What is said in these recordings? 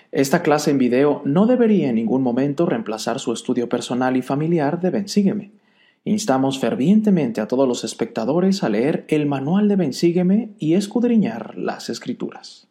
Esta clase en video no debería en ningún momento reemplazar su estudio personal y familiar de Ven Sígueme. Instamos fervientemente a todos los espectadores a leer el manual de Ven Sígueme y escudriñar las Escrituras.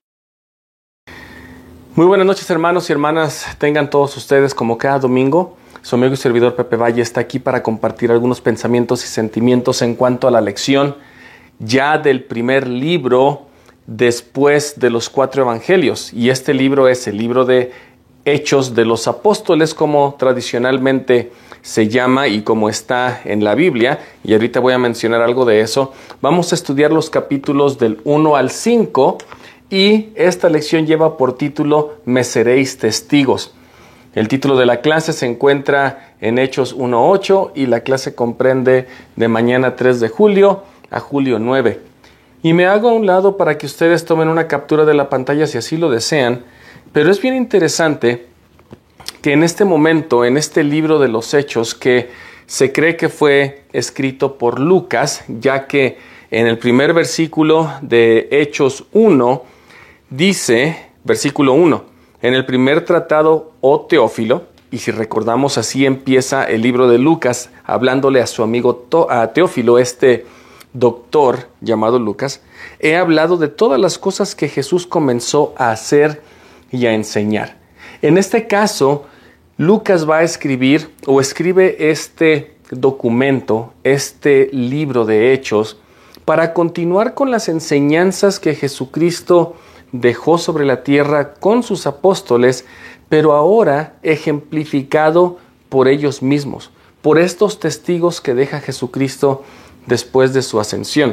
Muy buenas noches, hermanos y hermanas. Tengan todos ustedes, como cada domingo, su amigo y servidor Pepe Valle está aquí para compartir algunos pensamientos y sentimientos en cuanto a la lección ya del primer libro después de los 4 evangelios. Y este libro es el libro de Hechos de los Apóstoles, como tradicionalmente se llama y como está en la Biblia. Y ahorita voy a mencionar algo de eso. Vamos a estudiar los capítulos del 1 al 5 y esta lección lleva por título Me seréis testigos. El título de la clase se encuentra en Hechos 1:8 y la clase comprende de mañana 3 de julio a julio 9. Y me hago a un lado para que ustedes tomen una captura de la pantalla si así lo desean, pero es bien interesante que en este momento, en este libro de los Hechos, que se cree que fue escrito por Lucas, ya que en el primer versículo de Hechos 1 dice, versículo 1, en el primer tratado, oh Teófilo, y si recordamos así empieza el libro de Lucas, hablándole a su amigo a Teófilo, este doctor llamado Lucas, he hablado de todas las cosas que Jesús comenzó a hacer y a enseñar. En este caso, Lucas va a escribir o escribe este documento, este libro de Hechos, para continuar con las enseñanzas que Jesucristo dejó sobre la tierra con sus apóstoles, pero ahora ejemplificado por ellos mismos, por estos testigos que deja Jesucristo después de su ascensión.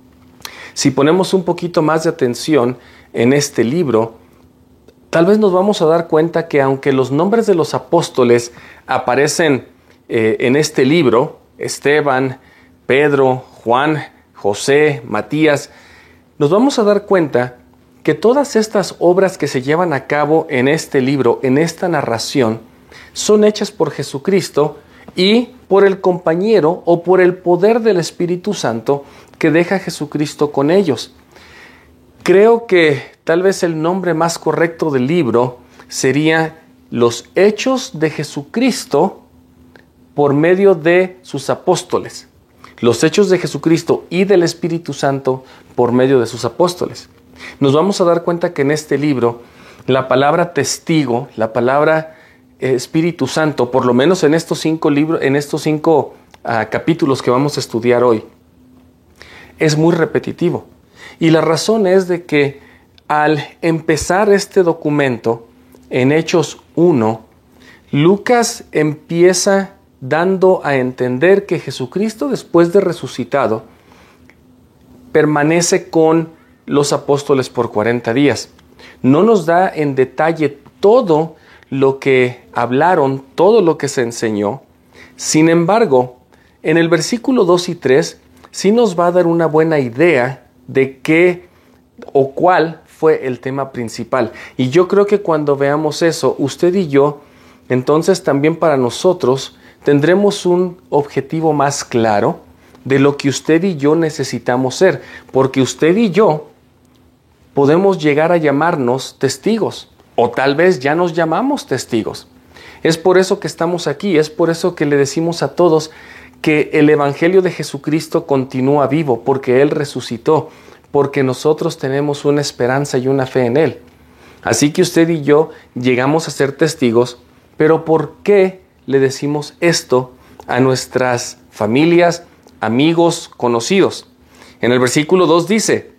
Si ponemos un poquito más de atención en este libro, tal vez nos vamos a dar cuenta que aunque los nombres de los apóstoles aparecen en este libro, Esteban, Pedro, Juan, José, Matías, nos vamos a dar cuenta que todas estas obras que se llevan a cabo en este libro, en esta narración, son hechas por Jesucristo y por el compañero o por el poder del Espíritu Santo que deja Jesucristo con ellos. Creo que tal vez el nombre más correcto del libro sería Los Hechos de Jesucristo por medio de sus apóstoles. Los Hechos de Jesucristo y del Espíritu Santo por medio de sus apóstoles. Nos vamos a dar cuenta que en este libro la palabra testigo, la palabra Espíritu Santo, por lo menos en estos 5 libros, en estos 5 capítulos que vamos a estudiar hoy, es muy repetitivo. Y la razón es de que al empezar este documento en Hechos 1, Lucas empieza dando a entender que Jesucristo, después de resucitado, permanece con los apóstoles por 40 días. No nos da en detalle todo lo que hablaron, todo lo que se enseñó. Sin embargo, en el versículo 2 y 3 sí nos va a dar una buena idea de qué o cuál fue el tema principal. Y yo creo que cuando veamos eso, usted y yo, entonces también para nosotros tendremos un objetivo más claro de lo que usted y yo necesitamos ser, porque usted y yo podemos llegar a llamarnos testigos, o tal vez ya nos llamamos testigos. Es por eso que estamos aquí, es por eso que le decimos a todos que el Evangelio de Jesucristo continúa vivo, porque Él resucitó, porque nosotros tenemos una esperanza y una fe en Él. Así que usted y yo llegamos a ser testigos, pero ¿por qué le decimos esto a nuestras familias, amigos, conocidos? En el versículo 2 dice,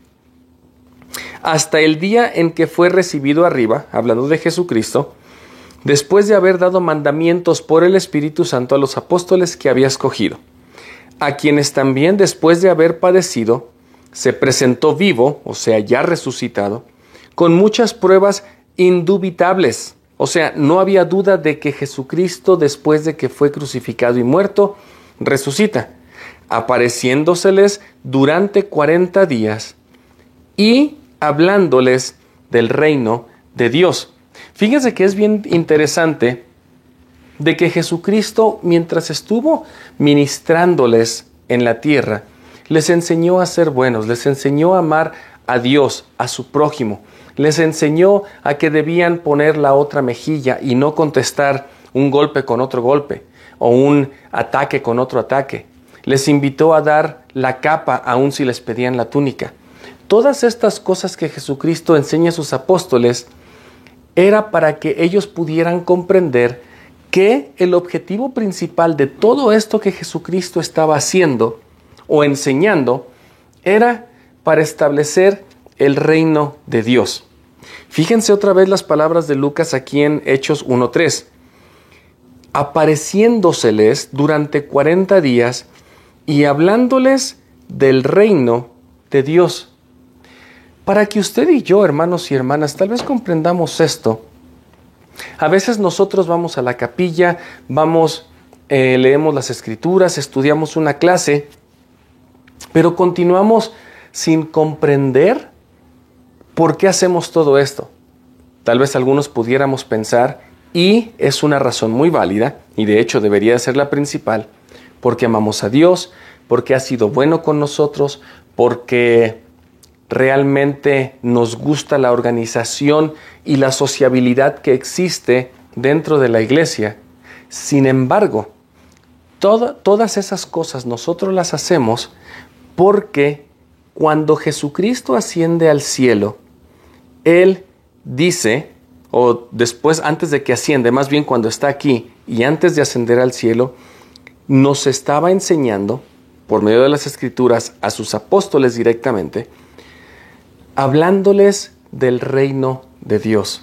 hasta el día en que fue recibido arriba, hablando de Jesucristo, después de haber dado mandamientos por el Espíritu Santo a los apóstoles que había escogido, a quienes también después de haber padecido, se presentó vivo, o sea, ya resucitado, con muchas pruebas indubitables. O sea, no había duda de que Jesucristo, después de que fue crucificado y muerto, resucita, apareciéndoseles durante 40 días y hablándoles del reino de Dios. Fíjense que es bien interesante de que Jesucristo, mientras estuvo ministrándoles en la tierra, les enseñó a ser buenos, les enseñó a amar a Dios, a su prójimo. Les enseñó a que debían poner la otra mejilla y no contestar un golpe con otro golpe o un ataque con otro ataque. Les invitó a dar la capa aun si les pedían la túnica. Todas estas cosas que Jesucristo enseña a sus apóstoles era para que ellos pudieran comprender que el objetivo principal de todo esto que Jesucristo estaba haciendo o enseñando era para establecer el reino de Dios. Fíjense otra vez las palabras de Lucas aquí en Hechos 1:3. Apareciéndoseles durante 40 días y hablándoles del reino de Dios. Para que usted y yo, hermanos y hermanas, tal vez comprendamos esto. A veces nosotros vamos a la capilla, leemos las escrituras, estudiamos una clase, pero continuamos sin comprender por qué hacemos todo esto. Tal vez algunos pudiéramos pensar, y es una razón muy válida, y de hecho debería ser la principal, porque amamos a Dios, porque ha sido bueno con nosotros, porque realmente nos gusta la organización y la sociabilidad que existe dentro de la iglesia. Sin embargo, todas esas cosas nosotros las hacemos porque cuando Jesucristo asciende al cielo, Él dice, o después, antes de que asciende, más bien cuando está aquí y antes de ascender al cielo, nos estaba enseñando, por medio de las Escrituras, a sus apóstoles directamente, hablándoles del reino de Dios.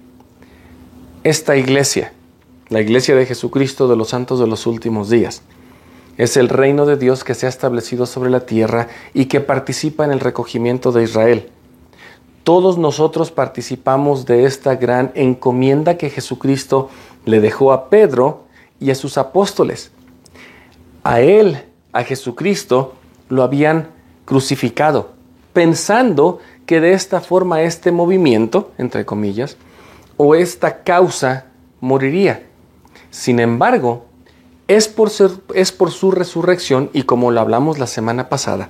Esta iglesia, la iglesia de Jesucristo de los santos de los últimos días, es el reino de Dios que se ha establecido sobre la tierra y que participa en el recogimiento de Israel. Todos nosotros participamos de esta gran encomienda que Jesucristo le dejó a Pedro y a sus apóstoles. A él, a Jesucristo, lo habían crucificado, pensando que de esta forma este movimiento, entre comillas, o esta causa moriría. Sin embargo, es por su resurrección, y como lo hablamos la semana pasada,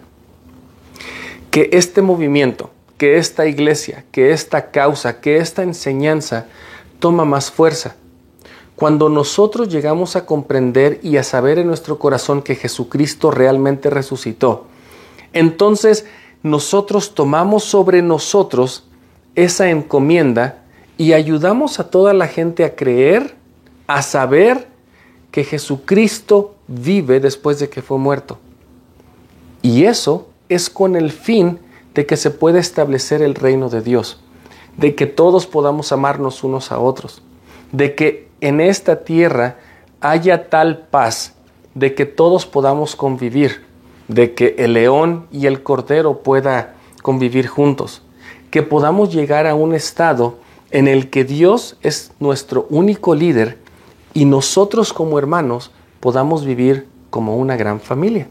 que este movimiento, que esta iglesia, que esta causa, que esta enseñanza toma más fuerza. Cuando nosotros llegamos a comprender y a saber en nuestro corazón que Jesucristo realmente resucitó, entonces nosotros tomamos sobre nosotros esa encomienda y ayudamos a toda la gente a creer, a saber que Jesucristo vive después de que fue muerto. Y eso es con el fin de que se pueda establecer el reino de Dios, de que todos podamos amarnos unos a otros, de que en esta tierra haya tal paz, de que todos podamos convivir, de que el león y el cordero puedan convivir juntos, que podamos llegar a un estado en el que Dios es nuestro único líder y nosotros como hermanos podamos vivir como una gran familia.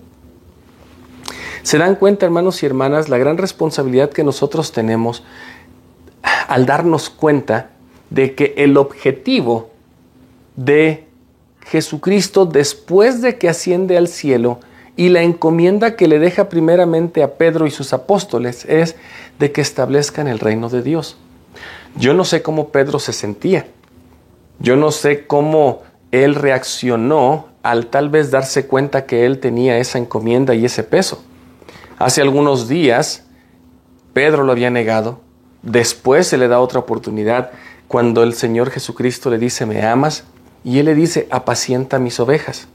¿Se dan cuenta, hermanos y hermanas, la gran responsabilidad que nosotros tenemos al darnos cuenta de que el objetivo de Jesucristo después de que asciende al cielo y la encomienda que le deja primeramente a Pedro y sus apóstoles es de que establezcan el reino de Dios? Yo no sé cómo Pedro se sentía. Yo no sé cómo él reaccionó al tal vez darse cuenta que él tenía esa encomienda y ese peso. Hace algunos días Pedro lo había negado. Después se le da otra oportunidad cuando el Señor Jesucristo le dice, ¿me amas? Y él le dice, apacienta mis ovejas.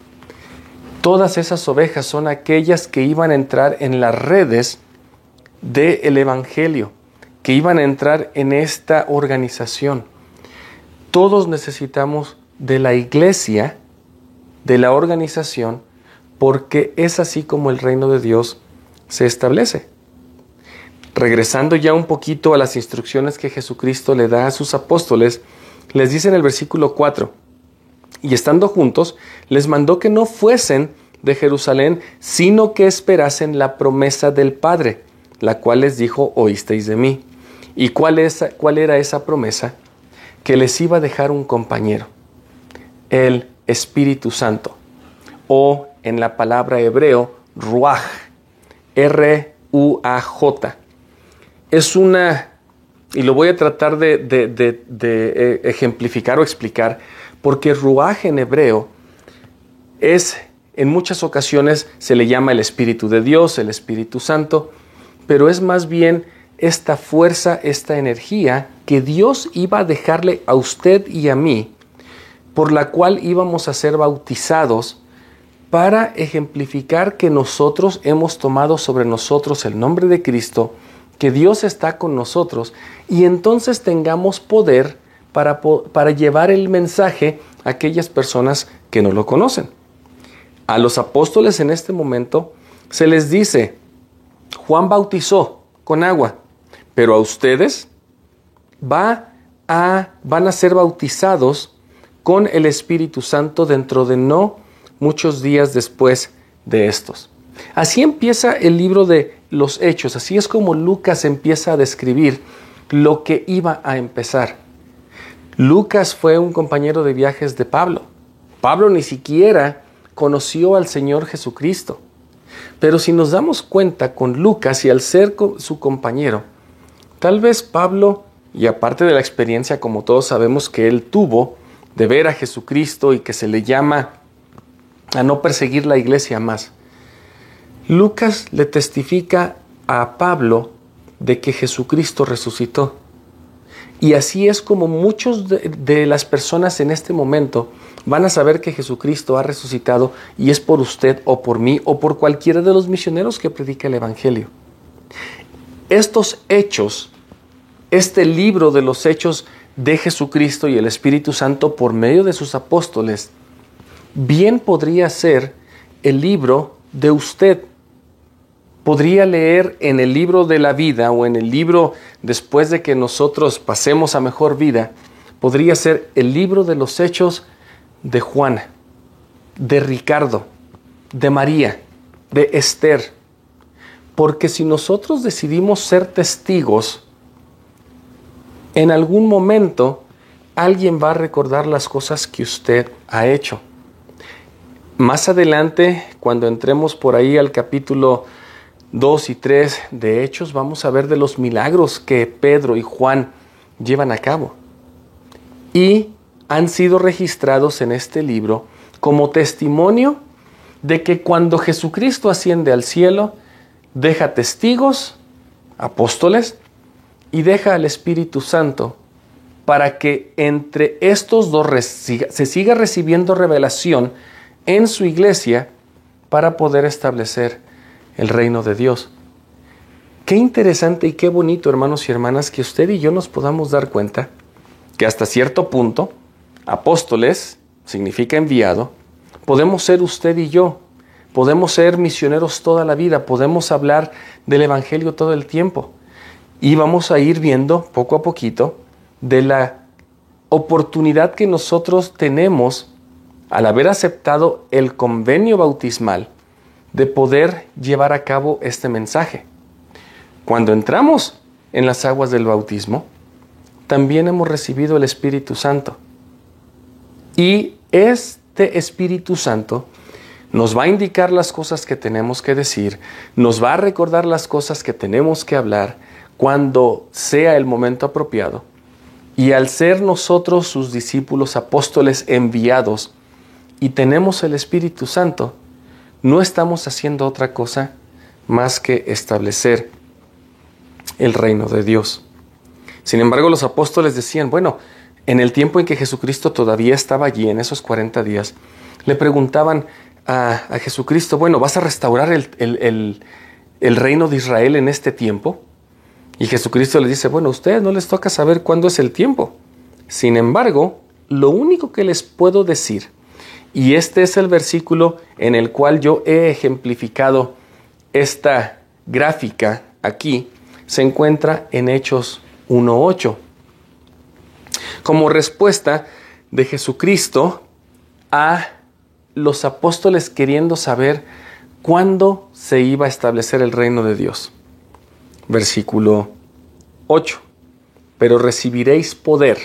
Todas esas ovejas son aquellas que iban a entrar en las redes del Evangelio, que iban a entrar en esta organización. Todos necesitamos de la iglesia, de la organización, porque es así como el reino de Dios se establece. Regresando ya un poquito a las instrucciones que Jesucristo le da a sus apóstoles, les dice en el versículo 4, y estando juntos, les mandó que no fuesen de Jerusalén, sino que esperasen la promesa del Padre, la cual les dijo, oísteis de mí. ¿Y cuál era esa promesa? Que les iba a dejar un compañero, el Espíritu Santo, o en la palabra hebreo, Ruaj, R-U-A-J. Es una Y lo voy a tratar de ejemplificar o explicar, porque ruaj en hebreo es, en muchas ocasiones se le llama el Espíritu de Dios, el Espíritu Santo, pero es más bien esta fuerza, esta energía que Dios iba a dejarle a usted y a mí, por la cual íbamos a ser bautizados para ejemplificar que nosotros hemos tomado sobre nosotros el nombre de Cristo, que Dios está con nosotros y entonces tengamos poder para llevar el mensaje a aquellas personas que no lo conocen. A los apóstoles en este momento se les dice, Juan bautizó con agua, pero a ustedes van a ser bautizados con el Espíritu Santo dentro de no muchos días después de estos. Así empieza el libro de los Hechos, así es como Lucas empieza a describir lo que iba a empezar. Lucas fue un compañero de viajes de Pablo. Pablo ni siquiera conoció al Señor Jesucristo. Pero si nos damos cuenta con Lucas y al ser su compañero, tal vez Pablo, y aparte de la experiencia como todos sabemos que él tuvo de ver a Jesucristo y que se le llama a no perseguir la iglesia más, Lucas le testifica a Pablo de que Jesucristo resucitó. Y así es como muchos de las personas en este momento van a saber que Jesucristo ha resucitado y es por usted o por mí o por cualquiera de los misioneros que predica el Evangelio. Estos hechos, este libro de los hechos de Jesucristo y el Espíritu Santo por medio de sus apóstoles, bien podría ser el libro de usted. Podría leer en el libro de la vida o en el libro después de que nosotros pasemos a mejor vida, podría ser el libro de los hechos de Juana, de Ricardo, de María, de Esther. Porque si nosotros decidimos ser testigos, en algún momento alguien va a recordar las cosas que usted ha hecho. Más adelante, cuando entremos por ahí al capítulo 2 y 3 de Hechos, vamos a ver de los milagros que Pedro y Juan llevan a cabo. Y han sido registrados en este libro como testimonio de que cuando Jesucristo asciende al cielo, deja testigos, apóstoles, y deja al Espíritu Santo para que entre estos dos se siga recibiendo revelación en su iglesia para poder establecer el reino de Dios. Qué interesante y qué bonito, hermanos y hermanas, que usted y yo nos podamos dar cuenta que hasta cierto punto, apóstoles significa enviado, podemos ser usted y yo, podemos ser misioneros toda la vida, podemos hablar del Evangelio todo el tiempo. Y vamos a ir viendo poco a poquito de la oportunidad que nosotros tenemos al haber aceptado el convenio bautismal de poder llevar a cabo este mensaje. Cuando entramos en las aguas del bautismo, también hemos recibido el Espíritu Santo. Y este Espíritu Santo nos va a indicar las cosas que tenemos que decir, nos va a recordar las cosas que tenemos que hablar cuando sea el momento apropiado. Y al ser nosotros sus discípulos apóstoles enviados y tenemos el Espíritu Santo, no estamos haciendo otra cosa más que establecer el reino de Dios. Sin embargo, los apóstoles decían, bueno, en el tiempo en que Jesucristo todavía estaba allí, en esos 40 días, le preguntaban a Jesucristo, bueno, ¿vas a restaurar el reino de Israel en este tiempo? Y Jesucristo les dice, bueno, a ustedes no les toca saber cuándo es el tiempo. Sin embargo, lo único que les puedo decir, y este es el versículo en el cual yo he ejemplificado esta gráfica aquí, se encuentra en Hechos 1:8. Como respuesta de Jesucristo a los apóstoles queriendo saber cuándo se iba a establecer el reino de Dios. Versículo 8. Pero recibiréis poder,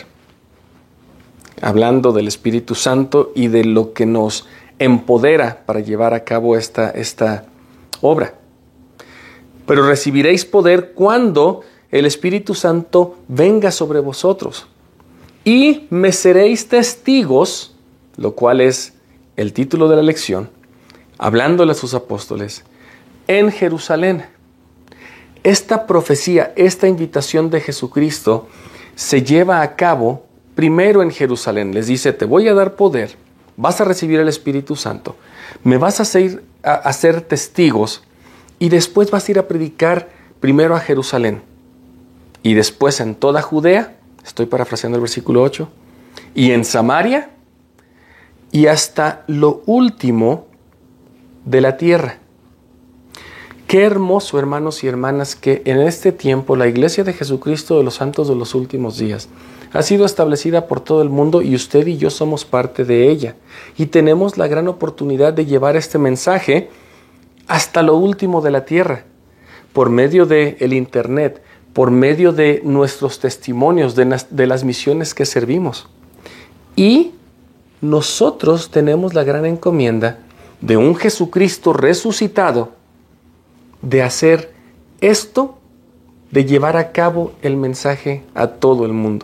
hablando del Espíritu Santo y de lo que nos empodera para llevar a cabo esta obra. Pero recibiréis poder cuando el Espíritu Santo venga sobre vosotros. Y me seréis testigos, lo cual es el título de la lección, hablándole a sus apóstoles, en Jerusalén. Esta profecía, esta invitación de Jesucristo se lleva a cabo primero en Jerusalén. Les dice, te voy a dar poder, vas a recibir el Espíritu Santo, me vas a hacer testigos y después vas a ir a predicar primero a Jerusalén y después en toda Judea, estoy parafraseando el versículo 8, y en Samaria y hasta lo último de la tierra. Qué hermoso, hermanos y hermanas, que en este tiempo la Iglesia de Jesucristo de los Santos de los Últimos Días ha sido establecida por todo el mundo y usted y yo somos parte de ella. Y tenemos la gran oportunidad de llevar este mensaje hasta lo último de la tierra, por medio del Internet, por medio de nuestros testimonios, de las misiones que servimos. Y nosotros tenemos la gran encomienda de un Jesucristo resucitado, de hacer esto, de llevar a cabo el mensaje a todo el mundo.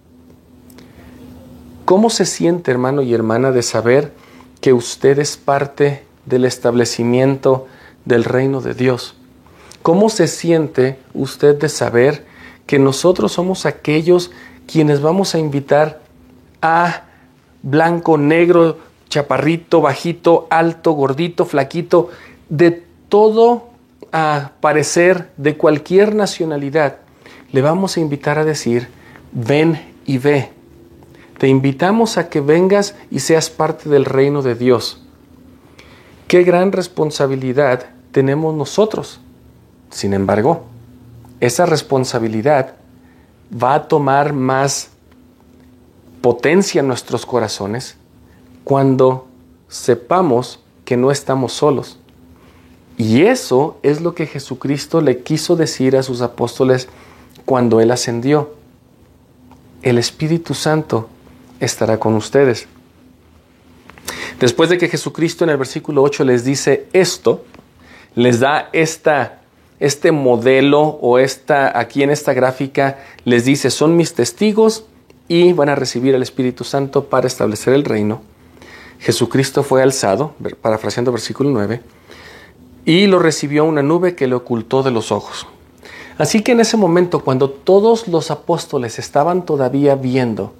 ¿Cómo se siente, hermano y hermana, de saber que usted es parte del establecimiento del reino de Dios? ¿Cómo se siente usted de saber que nosotros somos aquellos quienes vamos a invitar a blanco, negro, chaparrito, bajito, alto, gordito, flaquito, de todo a parecer, de cualquier nacionalidad, le vamos a invitar a decir, ven y ve. Te invitamos a que vengas y seas parte del reino de Dios. Qué gran responsabilidad tenemos nosotros. Sin embargo, esa responsabilidad va a tomar más potencia en nuestros corazones cuando sepamos que no estamos solos. Y eso es lo que Jesucristo le quiso decir a sus apóstoles cuando Él ascendió. El Espíritu Santo estará con ustedes. Después de que Jesucristo en el versículo 8 les dice esto, les da este modelo o aquí en esta gráfica les dice, son mis testigos y van a recibir el Espíritu Santo para establecer el reino. Jesucristo fue alzado, parafraseando versículo 9, y lo recibió una nube que le ocultó de los ojos. Así que en ese momento, cuando todos los apóstoles estaban todavía viendo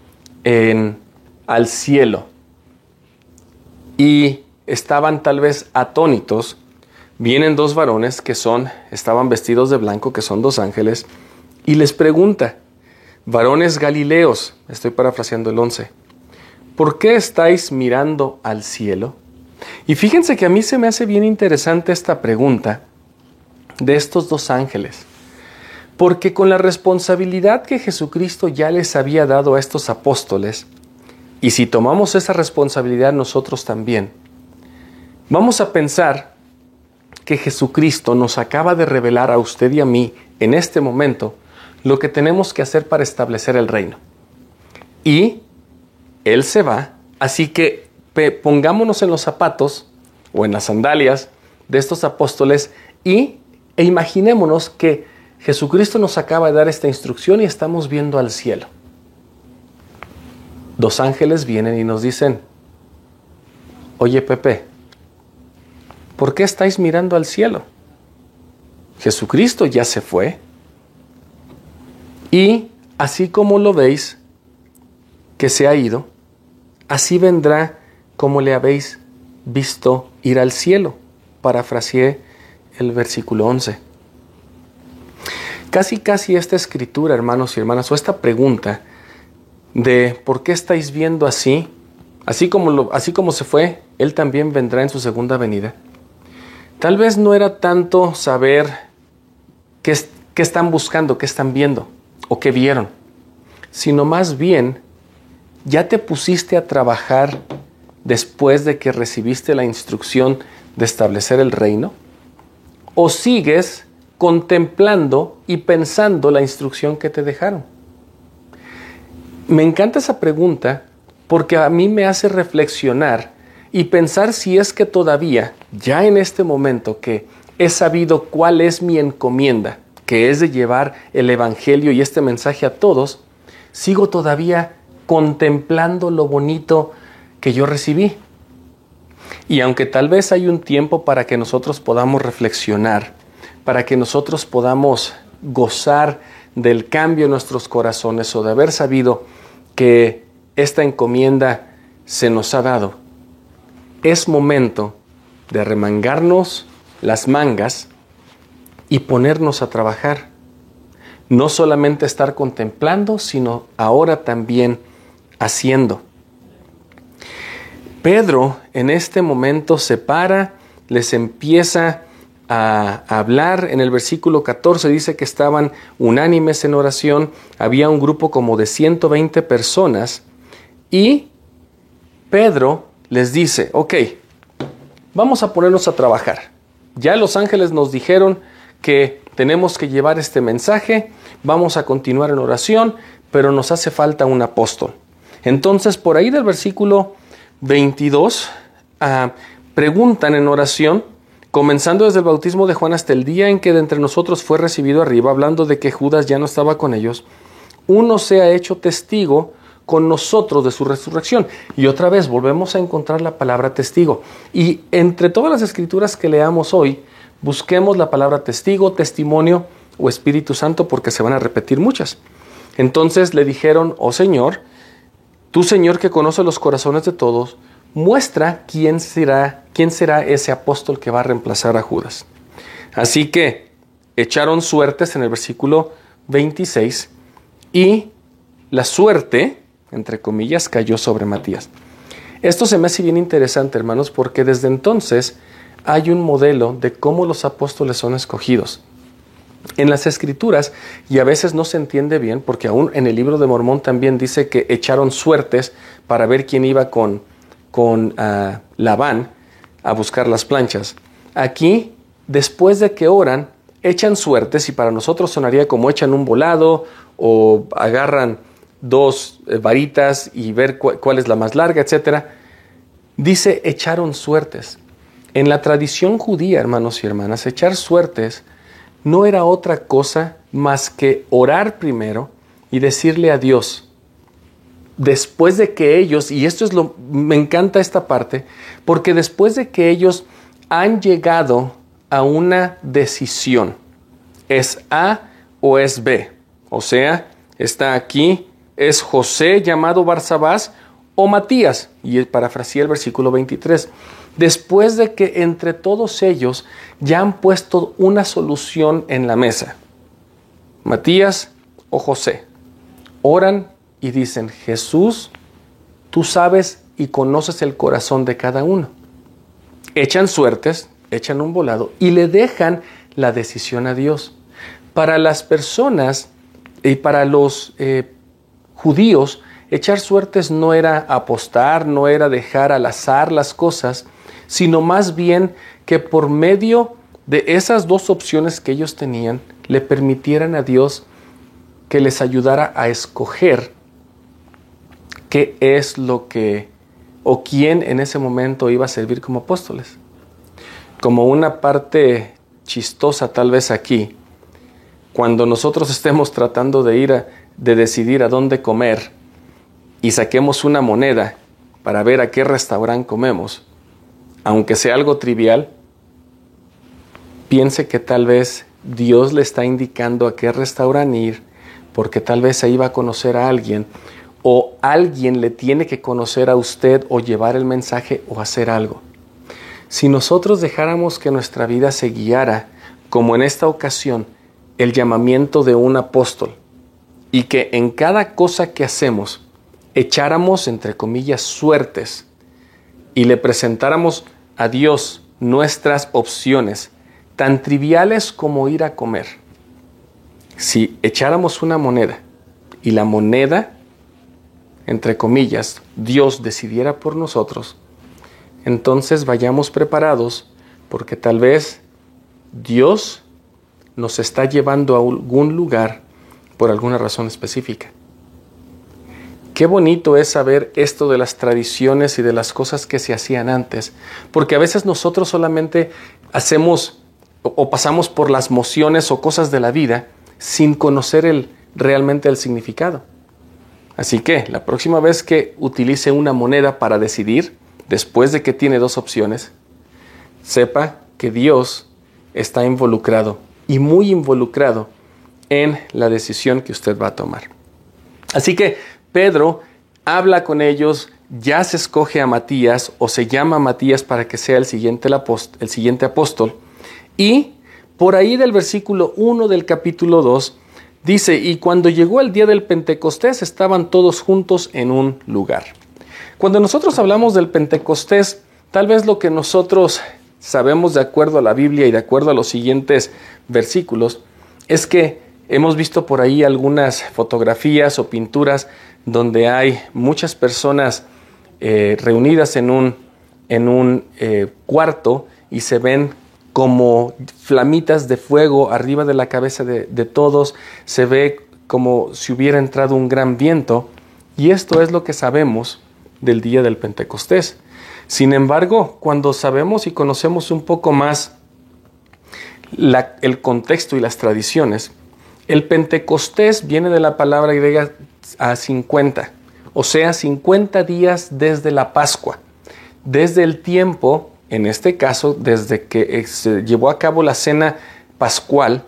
al cielo y estaban tal vez atónitos, vienen dos varones que estaban vestidos de blanco, que son dos ángeles, y les pregunta, varones galileos, estoy parafraseando el 11, ¿por qué estáis mirando al cielo? Y fíjense que a mí se me hace bien interesante esta pregunta de estos dos ángeles, porque con la responsabilidad que Jesucristo ya les había dado a estos apóstoles, y si tomamos esa responsabilidad nosotros también, vamos a pensar que Jesucristo nos acaba de revelar a usted y a mí en este momento lo que tenemos que hacer para establecer el reino. Y Él se va, así que pongámonos en los zapatos o en las sandalias de estos apóstoles e imaginémonos que Jesucristo nos acaba de dar esta instrucción y estamos viendo al cielo. Dos ángeles vienen y nos dicen, oye Pepe, ¿por qué estáis mirando al cielo? Jesucristo ya se fue. Y así como lo veis que se ha ido, así vendrá como le habéis visto ir al cielo. Parafraseé el versículo 11. Casi esta escritura, hermanos y hermanas, o esta pregunta de ¿por qué estáis viendo así? Así como se fue, Él también vendrá en su segunda venida. Tal vez no era tanto saber qué están buscando, qué están viendo o qué vieron, sino más bien ya te pusiste a trabajar después de que recibiste la instrucción de establecer el reino, o sigues contemplando y pensando la instrucción que te dejaron. Me encanta esa pregunta porque a mí me hace reflexionar y pensar si es que todavía, ya en este momento que he sabido cuál es mi encomienda, que es de llevar el evangelio y este mensaje a todos, sigo todavía contemplando lo bonito que yo recibí. Y aunque tal vez hay un tiempo para que nosotros podamos reflexionar, para que nosotros podamos gozar del cambio en nuestros corazones o de haber sabido que esta encomienda se nos ha dado, es momento de remangarnos las mangas y ponernos a trabajar. No solamente estar contemplando, sino ahora también haciendo. Pedro en este momento se para, les empieza a hablar. En el versículo 14 dice que estaban unánimes en oración. Había un grupo como de 120 personas y Pedro les dice, ok, vamos a ponernos a trabajar. Ya los ángeles nos dijeron que tenemos que llevar este mensaje, vamos a continuar en oración, pero nos hace falta un apóstol. Entonces, por ahí del versículo 22, preguntan en oración, comenzando desde el bautismo de Juan hasta el día en que de entre nosotros fue recibido arriba, hablando de que Judas ya no estaba con ellos, uno se ha hecho testigo con nosotros de su resurrección. Y otra vez volvemos a encontrar la palabra testigo. Y entre todas las escrituras que leamos hoy, busquemos la palabra testigo, testimonio o Espíritu Santo, porque se van a repetir muchas. Entonces le dijeron, oh Señor, tú Señor que conoces los corazones de todos, muestra quién será ese apóstol que va a reemplazar a Judas. Así que echaron suertes en el versículo 26 y la suerte, entre comillas, cayó sobre Matías. Esto se me hace bien interesante, hermanos, porque desde entonces hay un modelo de cómo los apóstoles son escogidos. En las Escrituras, y a veces no se entiende bien, porque aún en el libro de Mormón también dice que echaron suertes para ver quién iba con Labán a buscar las planchas. Aquí, después de que oran, echan suertes, y para nosotros sonaría como echan un volado o agarran dos varitas y ver cuál es la más larga, etc. Dice echaron suertes. En la tradición judía, hermanos y hermanas, echar suertes no era otra cosa más que orar primero y decirle a Dios, después de que ellos, y me encanta esta parte, porque después de que ellos han llegado a una decisión, es A o es B, o sea, está aquí, es José llamado Barsabás o Matías, y parafraseé el versículo 23. Después de que entre todos ellos ya han puesto una solución en la mesa, Matías o José, oran y dicen, Jesús, tú sabes y conoces el corazón de cada uno. Echan suertes, echan un volado y le dejan la decisión a Dios. Para las personas y para los judíos, echar suertes no era apostar, no era dejar al azar las cosas, sino más bien que por medio de esas dos opciones que ellos tenían, le permitieran a Dios que les ayudara a escoger qué es lo que o quién en ese momento iba a servir como apóstoles. Como una parte chistosa tal vez aquí, cuando nosotros estemos tratando de decidir a dónde comer y saquemos una moneda para ver a qué restaurante comemos, aunque sea algo trivial, piense que tal vez Dios le está indicando a qué restaurante ir, porque tal vez ahí va a conocer a alguien, o alguien le tiene que conocer a usted, o llevar el mensaje, o hacer algo. Si nosotros dejáramos que nuestra vida se guiara, como en esta ocasión, el llamamiento de un apóstol, y que en cada cosa que hacemos echáramos, entre comillas, suertes, y le presentáramos a Dios nuestras opciones, tan triviales como ir a comer. Si echáramos una moneda y la moneda, entre comillas, Dios decidiera por nosotros, entonces vayamos preparados, porque tal vez Dios nos está llevando a algún lugar por alguna razón específica. Qué bonito es saber esto de las tradiciones y de las cosas que se hacían antes, porque a veces nosotros solamente hacemos o pasamos por las mociones o cosas de la vida sin conocer realmente el significado. Así que la próxima vez que utilice una moneda para decidir, después de que tiene dos opciones, sepa que Dios está involucrado y muy involucrado en la decisión que usted va a tomar. Así que Pedro habla con ellos, ya se escoge a Matías o se llama a Matías para que sea el siguiente apóstol. Y por ahí del versículo 1 del capítulo 2 dice, y cuando llegó el día del Pentecostés estaban todos juntos en un lugar. Cuando nosotros hablamos del Pentecostés, tal vez lo que nosotros sabemos de acuerdo a la Biblia y de acuerdo a los siguientes versículos es que hemos visto por ahí algunas fotografías o pinturas donde hay muchas personas reunidas en un cuarto y se ven como flamitas de fuego arriba de la cabeza de todos, se ve como si hubiera entrado un gran viento, y esto es lo que sabemos del día del Pentecostés. Sin embargo, cuando sabemos y conocemos un poco más el contexto y las tradiciones, el Pentecostés viene de la palabra griega a 50, o sea, 50 días desde la Pascua, desde el tiempo, en este caso, desde que se llevó a cabo la cena pascual,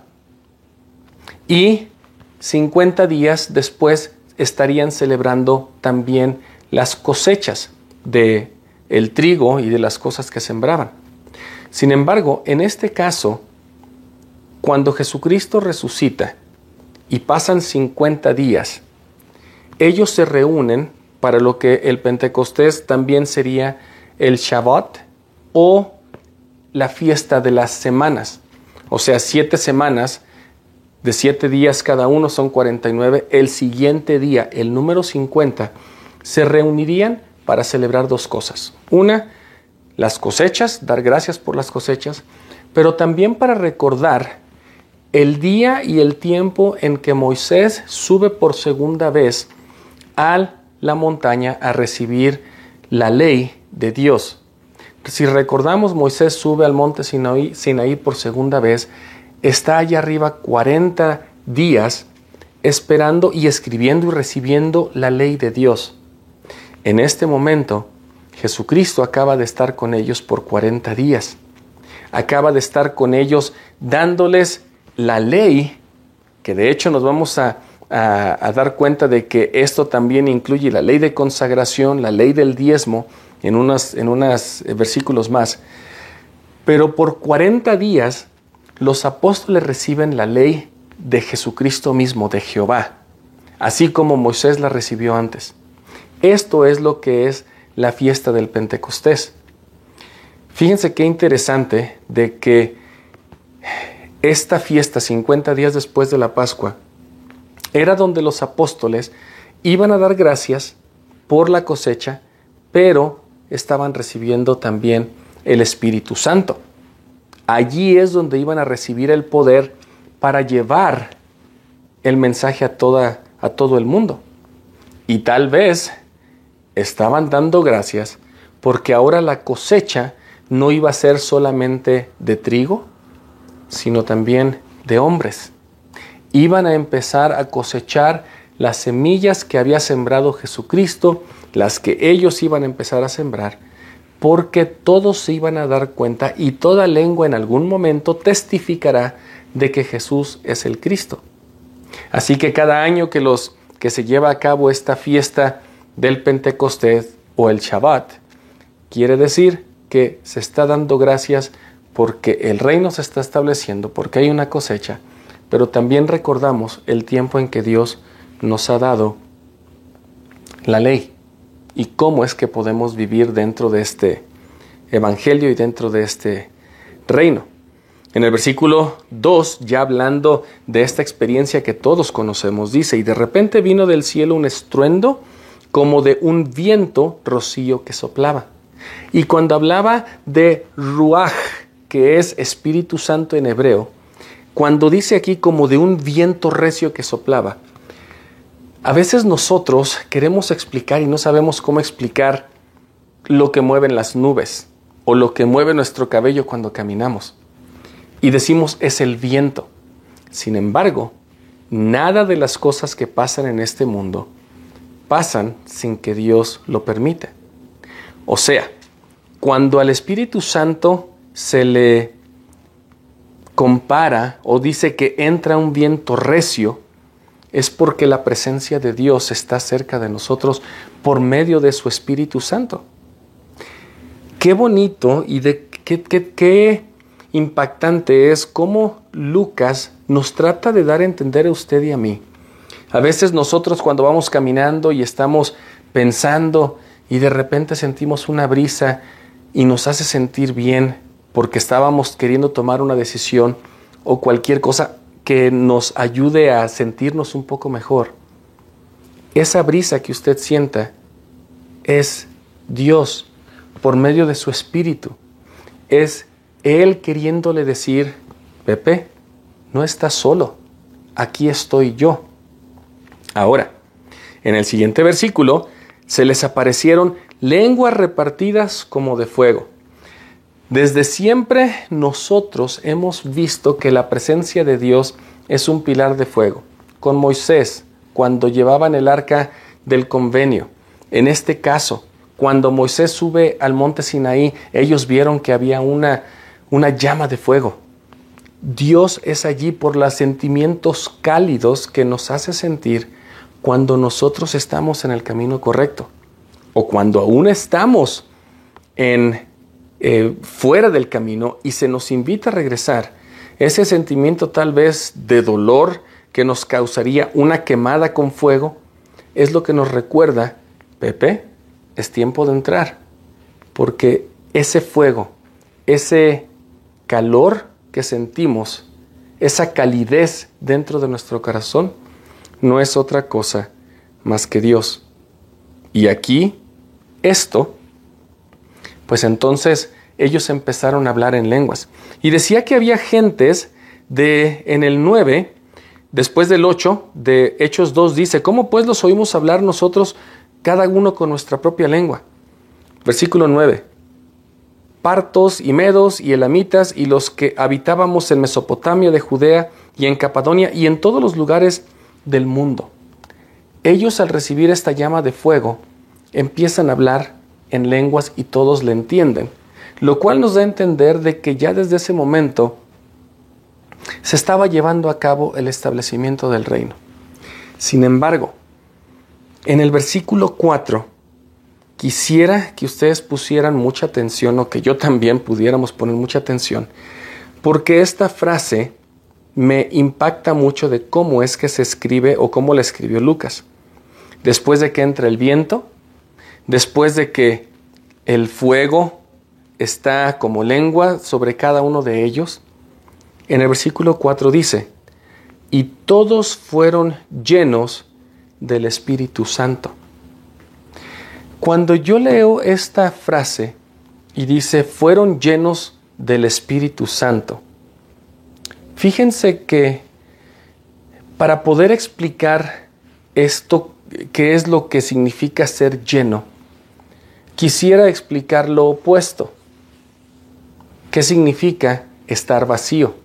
y 50 días después estarían celebrando también las cosechas de el trigo y de las cosas que sembraban. Sin embargo, en este caso, cuando Jesucristo resucita y pasan 50 días, ellos se reúnen para lo que el Pentecostés también sería el Shabbat o la fiesta de las semanas. O sea, 7 semanas de 7 días cada uno son 49. El siguiente día, el número 50, se reunirían para celebrar dos cosas. Una, las cosechas, dar gracias por las cosechas, pero también para recordar el día y el tiempo en que Moisés sube por segunda vez a la montaña a recibir la ley de Dios. Si recordamos, Moisés sube al monte Sinaí por segunda vez, está allá arriba 40 días esperando y escribiendo y recibiendo la ley de Dios. En este momento, Jesucristo acaba de estar con ellos por 40 días. Acaba de estar con ellos dándoles la ley, que de hecho nos vamos a dar cuenta de que esto también incluye la ley de consagración, la ley del diezmo, en unos versículos más. Pero por 40 días los apóstoles reciben la ley de Jesucristo mismo, de Jehová, así como Moisés la recibió antes. Esto es lo que es la fiesta del Pentecostés. Fíjense qué interesante de que esta fiesta, 50 días después de la Pascua, era donde los apóstoles iban a dar gracias por la cosecha, pero estaban recibiendo también el Espíritu Santo. Allí es donde iban a recibir el poder para llevar el mensaje a todo el mundo. Y tal vez estaban dando gracias porque ahora la cosecha no iba a ser solamente de trigo, sino también de hombres. Iban a empezar a cosechar las semillas que había sembrado Jesucristo, las que ellos iban a empezar a sembrar, porque todos se iban a dar cuenta y toda lengua en algún momento testificará de que Jesús es el Cristo. Así que cada año que se lleva a cabo esta fiesta del Pentecostés o el Shabbat, quiere decir que se está dando gracias porque el reino se está estableciendo, porque hay una cosecha, pero también recordamos el tiempo en que Dios nos ha dado la ley y cómo es que podemos vivir dentro de este evangelio y dentro de este reino. En el versículo 2, ya hablando de esta experiencia que todos conocemos, dice, y de repente vino del cielo un estruendo como de un viento rocío que soplaba. Y cuando hablaba de Ruaj, que es Espíritu Santo en hebreo, cuando dice aquí como de un viento recio que soplaba, a veces nosotros queremos explicar y no sabemos cómo explicar lo que mueven las nubes o lo que mueve nuestro cabello cuando caminamos. y decimos es el viento. Sin embargo, nada de las cosas que pasan en este mundo pasan sin que Dios lo permita. O sea, cuando al Espíritu Santo se le compara o dice que entra un viento recio, es porque la presencia de Dios está cerca de nosotros por medio de su Espíritu Santo. Qué bonito y qué impactante es cómo Lucas nos trata de dar a entender a usted y a mí. A veces nosotros cuando vamos caminando y estamos pensando y de repente sentimos una brisa y nos hace sentir bien porque estábamos queriendo tomar una decisión o cualquier cosa que nos ayude a sentirnos un poco mejor. Esa brisa que usted sienta es Dios por medio de su Espíritu. Es Él queriéndole decir, Pepe, no estás solo, aquí estoy yo. Ahora, en el siguiente versículo, se les aparecieron lenguas repartidas como de fuego. Desde siempre nosotros hemos visto que la presencia de Dios es un pilar de fuego. Con Moisés, cuando llevaban el arca del convenio. En este caso, cuando Moisés sube al monte Sinaí, ellos vieron que había una llama de fuego. Dios es allí por los sentimientos cálidos que nos hace sentir cuando nosotros estamos en el camino correcto. O cuando aún estamos fuera del camino y se nos invita a regresar, ese sentimiento tal vez de dolor que nos causaría una quemada con fuego, es lo que nos recuerda, Pepe, es tiempo de entrar, porque ese fuego, ese calor que sentimos, esa calidez dentro de nuestro corazón, no es otra cosa más que Dios. Y aquí, esto, pues entonces ellos empezaron a hablar en lenguas. Y decía que había gentes en el 9, después del 8, de Hechos 2, dice, ¿cómo pues los oímos hablar nosotros, cada uno con nuestra propia lengua? Versículo 9. Partos y medos y elamitas y los que habitábamos en Mesopotamia de Judea y en Capadonia y en todos los lugares del mundo. Ellos al recibir esta llama de fuego empiezan a hablar en lenguas y todos le entienden, lo cual nos da a entender de que ya desde ese momento se estaba llevando a cabo el establecimiento del reino. Sin embargo, en el versículo 4, quisiera que ustedes pusieran mucha atención o que yo también pudiéramos poner mucha atención, porque esta frase me impacta mucho de cómo es que se escribe o cómo la escribió Lucas. Después de que entra el viento, después de que el fuego está como lengua sobre cada uno de ellos, en el versículo 4 dice, y todos fueron llenos del Espíritu Santo. Cuando yo leo esta frase y dice, fueron llenos del Espíritu Santo, fíjense que para poder explicar esto, qué es lo que significa ser lleno, quisiera explicar lo opuesto. ¿Qué significa estar vacío?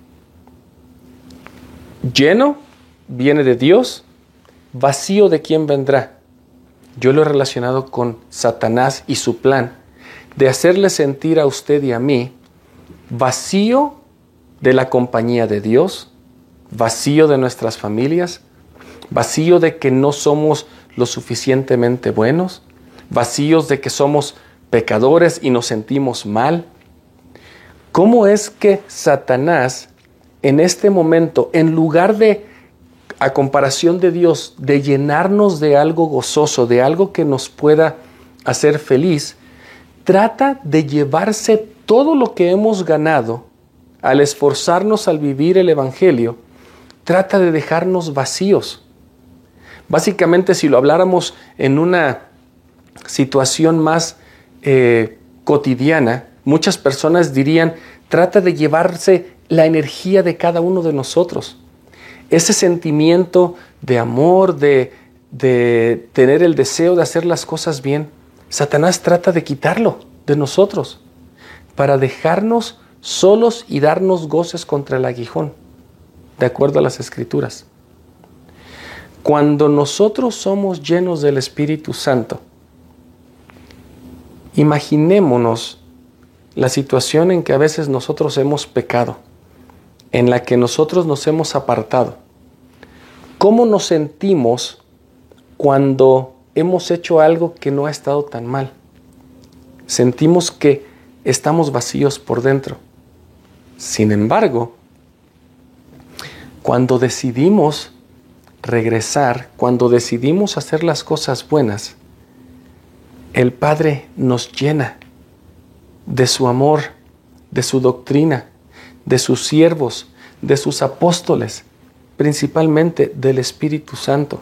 Lleno viene de Dios, vacío de quién vendrá. Yo lo he relacionado con Satanás y su plan de hacerle sentir a usted y a mí vacío de la compañía de Dios, vacío de nuestras familias, vacío de que no somos lo suficientemente buenos, vacíos de que somos pecadores y nos sentimos mal. ¿Cómo es que Satanás en este momento, en lugar de, a comparación de Dios, de llenarnos de algo gozoso, de algo que nos pueda hacer feliz, trata de llevarse todo lo que hemos ganado al esforzarnos al vivir el Evangelio, trata de dejarnos vacíos? Básicamente, si lo habláramos en una situación más cotidiana, muchas personas dirían, trata de llevarse la energía de cada uno de nosotros. Ese sentimiento de amor, de tener el deseo de hacer las cosas bien, Satanás trata de quitarlo de nosotros para dejarnos solos y darnos goces contra el aguijón, de acuerdo a las Escrituras. Cuando nosotros somos llenos del Espíritu Santo, imaginémonos la situación en que a veces nosotros hemos pecado, en la que nosotros nos hemos apartado. ¿Cómo nos sentimos cuando hemos hecho algo que no ha estado tan mal? Sentimos que estamos vacíos por dentro. Sin embargo, cuando decidimos regresar, cuando decidimos hacer las cosas buenas, el Padre nos llena de su amor, de su doctrina, de sus siervos, de sus apóstoles, principalmente del Espíritu Santo.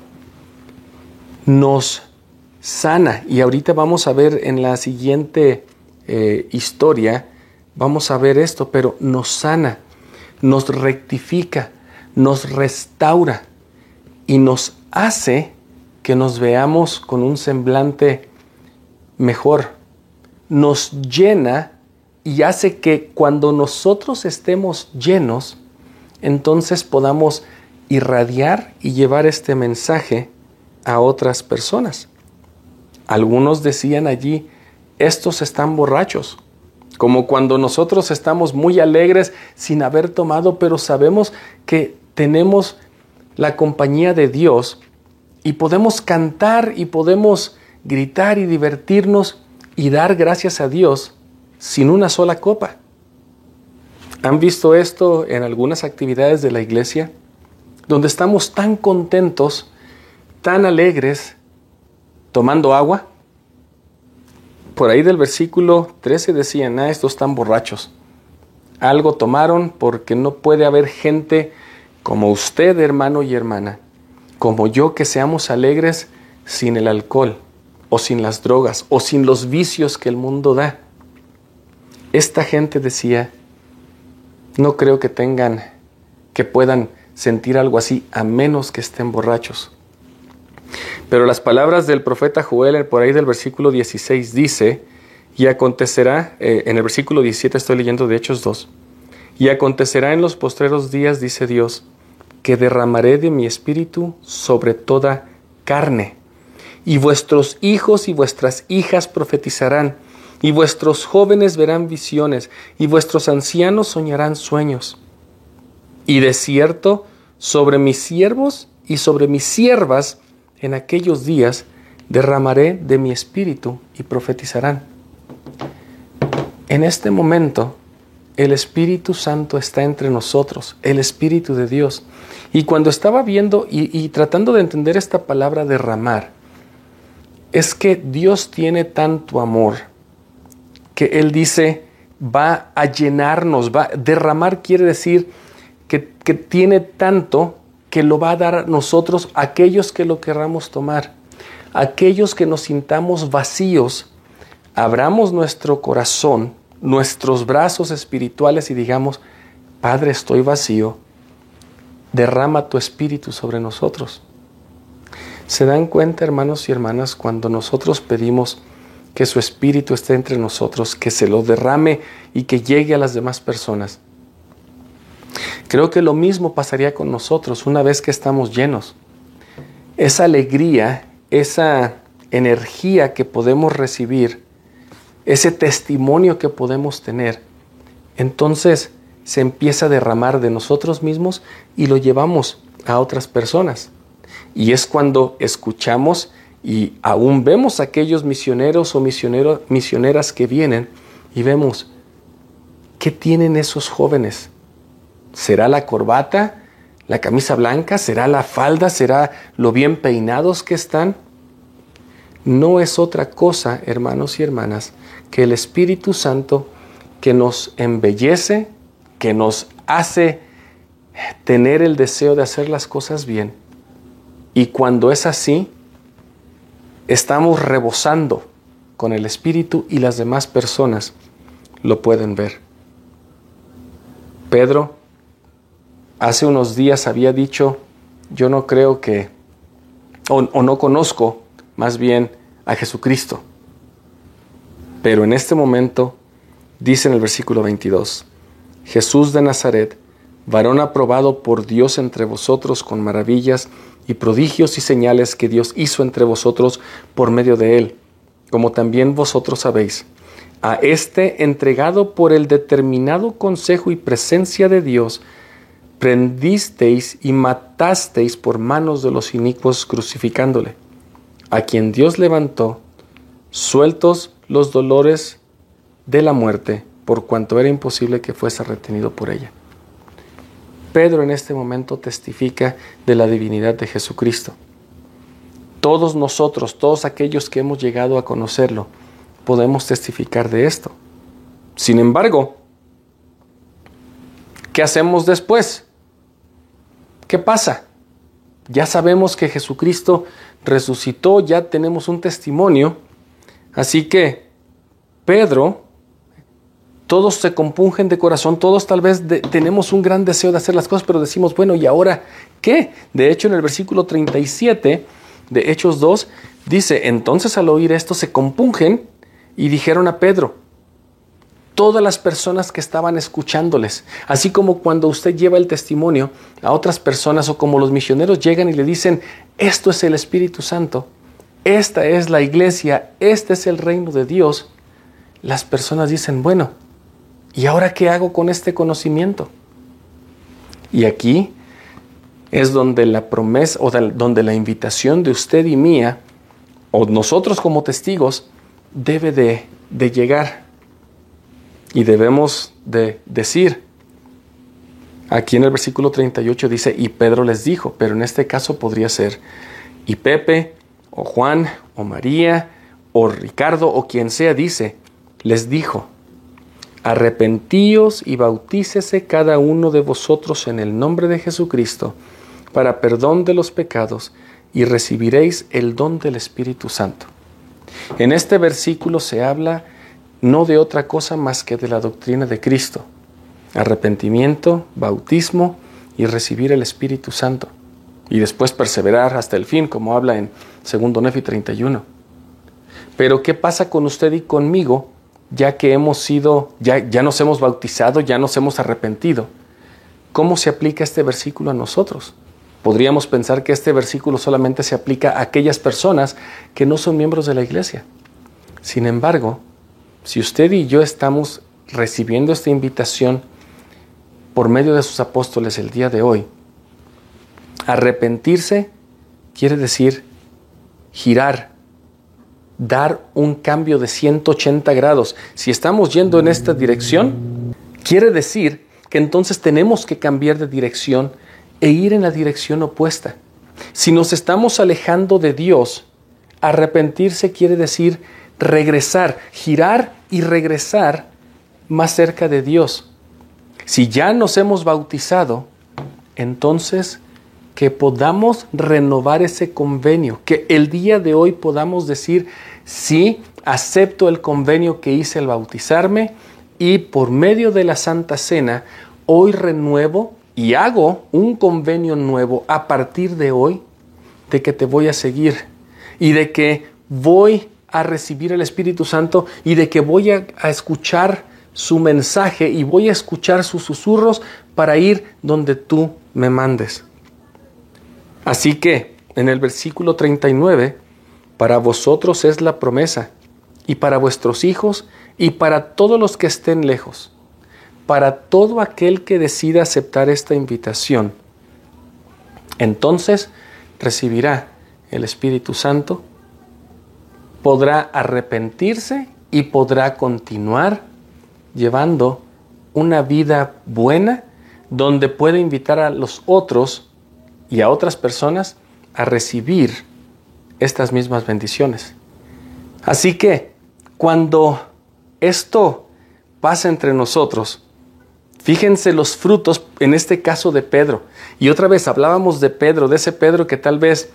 Nos sana, y ahorita vamos a ver en la siguiente historia, vamos a ver esto, pero nos sana, nos rectifica, nos restaura y nos hace que nos veamos con un semblante mejor. Nos llena y hace que cuando nosotros estemos llenos, entonces podamos irradiar y llevar este mensaje a otras personas. Algunos decían allí, estos están borrachos, como cuando nosotros estamos muy alegres sin haber tomado, pero sabemos que tenemos la compañía de Dios y podemos cantar y podemos gritar y divertirnos y dar gracias a Dios sin una sola copa. ¿Han visto esto en algunas actividades de la iglesia? Donde estamos tan contentos, tan alegres, tomando agua. Por ahí del versículo 13 decían, estos están borrachos. Algo tomaron porque no puede haber gente como usted, hermano y hermana, como yo, que seamos alegres sin el alcohol, o sin las drogas, o sin los vicios que el mundo da. Esta gente decía, no creo que puedan sentir algo así, a menos que estén borrachos. Pero las palabras del profeta Joel, por ahí del versículo 16, dice, y acontecerá, en el versículo 17 estoy leyendo de Hechos 2, y acontecerá en los postreros días, dice Dios, que derramaré de mi espíritu sobre toda carne, y vuestros hijos y vuestras hijas profetizarán, y vuestros jóvenes verán visiones, y vuestros ancianos soñarán sueños. Y de cierto, sobre mis siervos y sobre mis siervas, en aquellos días derramaré de mi espíritu y profetizarán. En este momento, el Espíritu Santo está entre nosotros, el Espíritu de Dios. Y cuando estaba viendo y tratando de entender esta palabra derramar, es que Dios tiene tanto amor que Él dice, va a llenarnos, derramar quiere decir que tiene tanto que lo va a dar a nosotros, aquellos que lo querramos tomar, aquellos que nos sintamos vacíos, abramos nuestro corazón, nuestros brazos espirituales y digamos, Padre, estoy vacío, derrama tu espíritu sobre nosotros. ¿Se dan cuenta, hermanos y hermanas, cuando nosotros pedimos que su espíritu esté entre nosotros, que se lo derrame y que llegue a las demás personas? Creo que lo mismo pasaría con nosotros una vez que estamos llenos. Esa alegría, esa energía que podemos recibir, ese testimonio que podemos tener, entonces se empieza a derramar de nosotros mismos y lo llevamos a otras personas. Y es cuando escuchamos y aún vemos a aquellos misioneros o misioneras que vienen y vemos, ¿qué tienen esos jóvenes? ¿Será la corbata, la camisa blanca? ¿Será la falda? ¿Será lo bien peinados que están? No es otra cosa, hermanos y hermanas, que el Espíritu Santo que nos embellece, que nos hace tener el deseo de hacer las cosas bien. Y cuando es así, estamos rebosando con el Espíritu y las demás personas lo pueden ver. Pedro hace unos días había dicho, yo no creo que, o no conozco más bien a Jesucristo. Pero en este momento, dice en el versículo 22, Jesús de Nazaret, varón aprobado por Dios entre vosotros con maravillas y prodigios y señales que Dios hizo entre vosotros por medio de él, como también vosotros sabéis. A este entregado por el determinado consejo y presencia de Dios, prendisteis y matasteis por manos de los inicuos crucificándole, a quien Dios levantó, sueltos los dolores de la muerte, por cuanto era imposible que fuese retenido por ella. Pedro en este momento testifica de la divinidad de Jesucristo. Todos nosotros, todos aquellos que hemos llegado a conocerlo, podemos testificar de esto. Sin embargo, ¿qué hacemos después? ¿Qué pasa? Ya sabemos que Jesucristo resucitó, ya tenemos un testimonio, así que Pedro, todos se compungen de corazón, todos tal vez tenemos un gran deseo de hacer las cosas, pero decimos, bueno, ¿y ahora qué? De hecho, en el versículo 37 de Hechos 2, dice, entonces al oír esto se compungen y dijeron a Pedro, todas las personas que estaban escuchándoles, así como cuando usted lleva el testimonio a otras personas o como los misioneros llegan y le dicen, esto es el Espíritu Santo, esta es la iglesia, este es el reino de Dios, las personas dicen, bueno, ¿y ahora qué hago con este conocimiento? Y aquí es donde la promesa o donde la invitación de usted y mía, o nosotros como testigos, debe de llegar. Y debemos de decir, aquí en el versículo 38 dice, y Pedro les dijo, pero en este caso podría ser, y Pepe, o Juan, o María, o Ricardo, o quien sea, dice, les dijo, arrepentíos y bautícese cada uno de vosotros en el nombre de Jesucristo para perdón de los pecados y recibiréis el don del Espíritu Santo. En este versículo se habla no de otra cosa más que de la doctrina de Cristo, arrepentimiento, bautismo y recibir el Espíritu Santo y después perseverar hasta el fin, como habla en 2 Nefi 31. Pero ¿qué pasa con usted y conmigo? Ya que hemos sido, ya nos hemos bautizado, ya nos hemos arrepentido. ¿Cómo se aplica este versículo a nosotros? Podríamos pensar que este versículo solamente se aplica a aquellas personas que no son miembros de la iglesia. Sin embargo, si usted y yo estamos recibiendo esta invitación por medio de sus apóstoles el día de hoy, arrepentirse quiere decir girar, dar un cambio de 180 grados. Si estamos yendo en esta dirección, quiere decir que entonces tenemos que cambiar de dirección e ir en la dirección opuesta. Si nos estamos alejando de Dios, arrepentirse quiere decir regresar, girar y regresar más cerca de Dios. Si ya nos hemos bautizado, entonces que podamos renovar ese convenio, que el día de hoy podamos decir, sí, acepto el convenio que hice al bautizarme y por medio de la Santa Cena, hoy renuevo y hago un convenio nuevo a partir de hoy, de que te voy a seguir y de que voy a recibir el Espíritu Santo y de que voy a escuchar su mensaje y voy a escuchar sus susurros para ir donde tú me mandes. Así que, en el versículo 39, para vosotros es la promesa, y para vuestros hijos, y para todos los que estén lejos, para todo aquel que decida aceptar esta invitación. Entonces recibirá el Espíritu Santo, podrá arrepentirse y podrá continuar llevando una vida buena, donde puede invitar a los otros y a otras personas a recibir estas mismas bendiciones. Así que cuando esto pasa entre nosotros, fíjense los frutos, en este caso de Pedro. Y otra vez hablábamos de Pedro, de ese Pedro que tal vez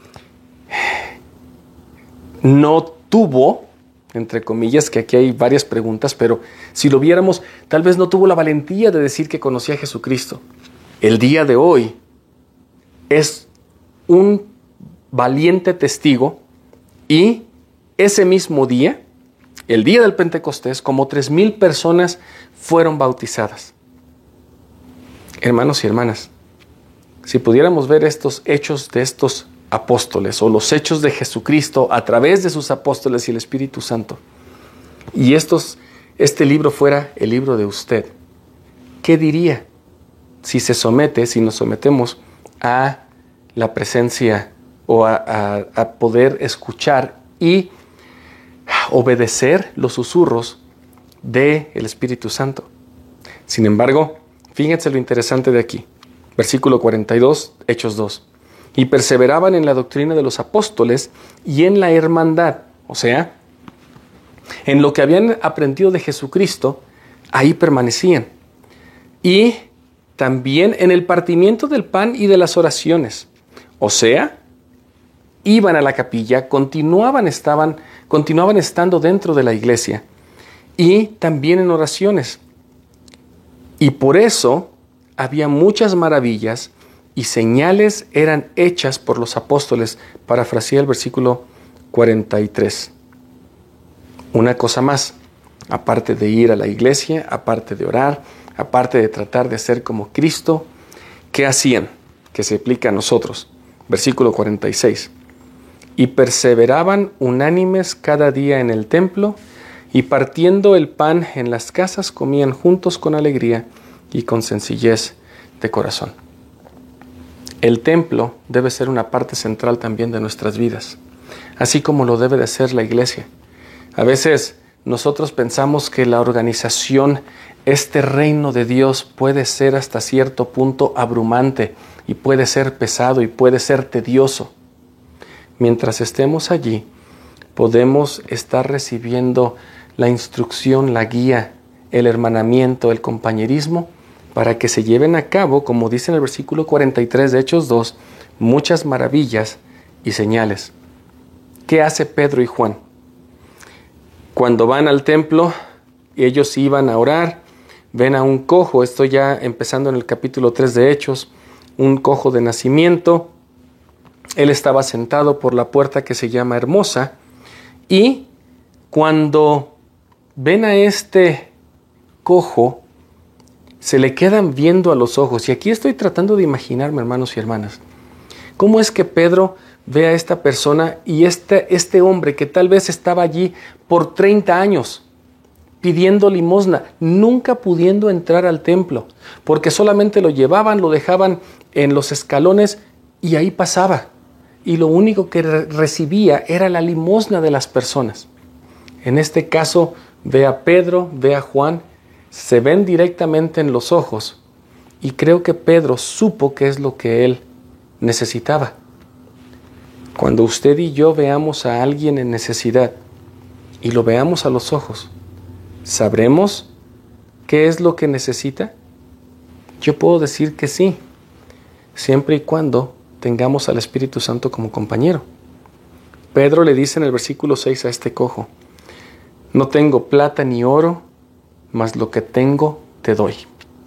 no tuvo, entre comillas, que aquí hay varias preguntas, pero si lo viéramos, tal vez no tuvo la valentía de decir que conocía a Jesucristo. El día de hoy es un valiente testigo y ese mismo día, el día del Pentecostés, como 3,000 personas fueron bautizadas. Hermanos y hermanas, si pudiéramos ver estos hechos de estos apóstoles o los hechos de Jesucristo a través de sus apóstoles y el Espíritu Santo, y este libro fuera el libro de usted, ¿qué diría si nos sometemos a la presencia o a poder escuchar y obedecer los susurros del Espíritu Santo? Sin embargo, fíjense lo interesante de aquí. Versículo 42, Hechos 2. Y perseveraban en la doctrina de los apóstoles y en la hermandad, o sea, en lo que habían aprendido de Jesucristo, ahí permanecían. Y también en el partimiento del pan y de las oraciones, o sea, iban a la capilla, continuaban estando dentro de la iglesia y también en oraciones. Y por eso había muchas maravillas y señales eran hechas por los apóstoles. Parafraseé el versículo 43. Una cosa más, aparte de ir a la iglesia, aparte de orar, aparte de tratar de ser como Cristo, ¿qué hacían? Que se aplica a nosotros. Versículo 46. Y perseveraban unánimes cada día en el templo, y partiendo el pan en las casas comían juntos con alegría y con sencillez de corazón. El templo debe ser una parte central también de nuestras vidas, así como lo debe de ser la iglesia. A veces nosotros pensamos que la organización, este reino de Dios, puede ser hasta cierto punto abrumante y puede ser pesado y puede ser tedioso. Mientras estemos allí, podemos estar recibiendo la instrucción, la guía, el hermanamiento, el compañerismo, para que se lleven a cabo, como dice en el versículo 43 de Hechos 2, muchas maravillas y señales. ¿Qué hace Pedro y Juan? Cuando van al templo, ellos iban a orar, ven a un cojo, esto ya empezando en el capítulo 3 de Hechos, un cojo de nacimiento. Él estaba sentado por la puerta que se llama Hermosa, y cuando ven a este cojo, se le quedan viendo a los ojos. Y aquí estoy tratando de imaginarme, hermanos y hermanas, cómo es que Pedro ve a esta persona y este hombre que tal vez estaba allí por 30 años pidiendo limosna, nunca pudiendo entrar al templo, porque solamente lo llevaban, lo dejaban en los escalones y ahí pasaba. Y lo único que recibía era la limosna de las personas. En este caso, ve a Pedro, ve a Juan, se ven directamente en los ojos, y creo que Pedro supo qué es lo que él necesitaba. Cuando usted y yo veamos a alguien en necesidad y lo veamos a los ojos, ¿sabremos qué es lo que necesita? Yo puedo decir que sí, siempre y cuando tengamos al Espíritu Santo como compañero. Pedro le dice en el versículo 6 a este cojo: no tengo plata ni oro, mas lo que tengo te doy.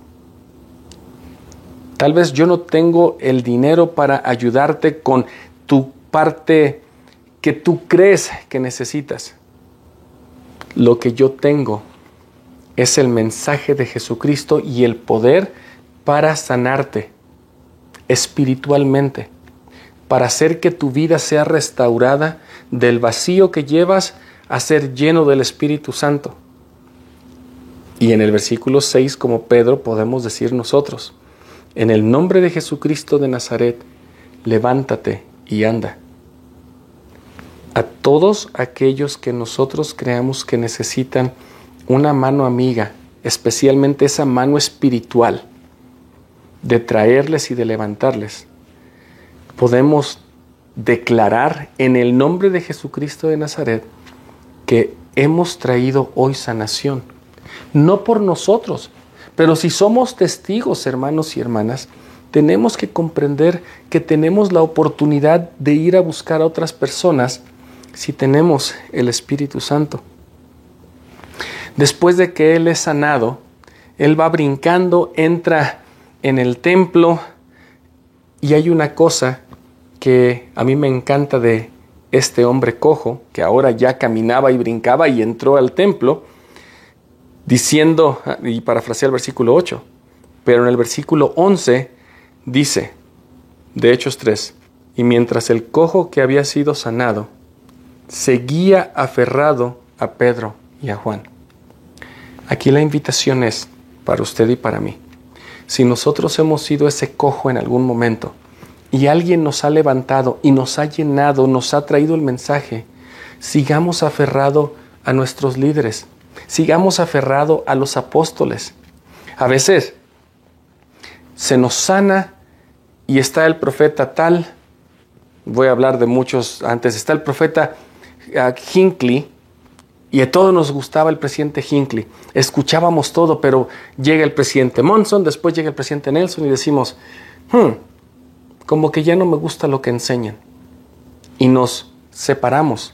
Tal vez yo no tengo el dinero para ayudarte con tu parte que tú crees que necesitas. Lo que yo tengo es el mensaje de Jesucristo y el poder para sanarte espiritualmente, para hacer que tu vida sea restaurada del vacío que llevas a ser lleno del Espíritu Santo. Y en el versículo 6, como Pedro, podemos decir nosotros: en el nombre de Jesucristo de Nazaret, levántate y anda. A todos aquellos que nosotros creamos que necesitan una mano amiga, especialmente esa mano espiritual, de traerles y de levantarles, podemos declarar en el nombre de Jesucristo de Nazaret que hemos traído hoy sanación. No por nosotros, pero si somos testigos, hermanos y hermanas, tenemos que comprender que tenemos la oportunidad de ir a buscar a otras personas si tenemos el Espíritu Santo. Después de que Él es sanado, Él va brincando, entra en el templo, y hay una cosa que a mí me encanta de este hombre cojo, que ahora ya caminaba y brincaba y entró al templo, diciendo, y parafraseé el versículo 8, Pero en el versículo 11 dice, de Hechos 3, y mientras el cojo que había sido sanado seguía aferrado a Pedro y a Juan. Aquí la invitación es para usted y para mí. Si nosotros hemos sido ese cojo en algún momento y alguien nos ha levantado y nos ha llenado, nos ha traído el mensaje, sigamos aferrado a nuestros líderes, sigamos aferrado a los apóstoles. A veces se nos sana y está el profeta tal, voy a hablar de muchos antes, está el profeta Hinckley, y a todos nos gustaba el presidente Hinckley, escuchábamos todo, pero llega el presidente Monson, después llega el presidente Nelson y decimos, como que ya no me gusta lo que enseñan, y nos separamos.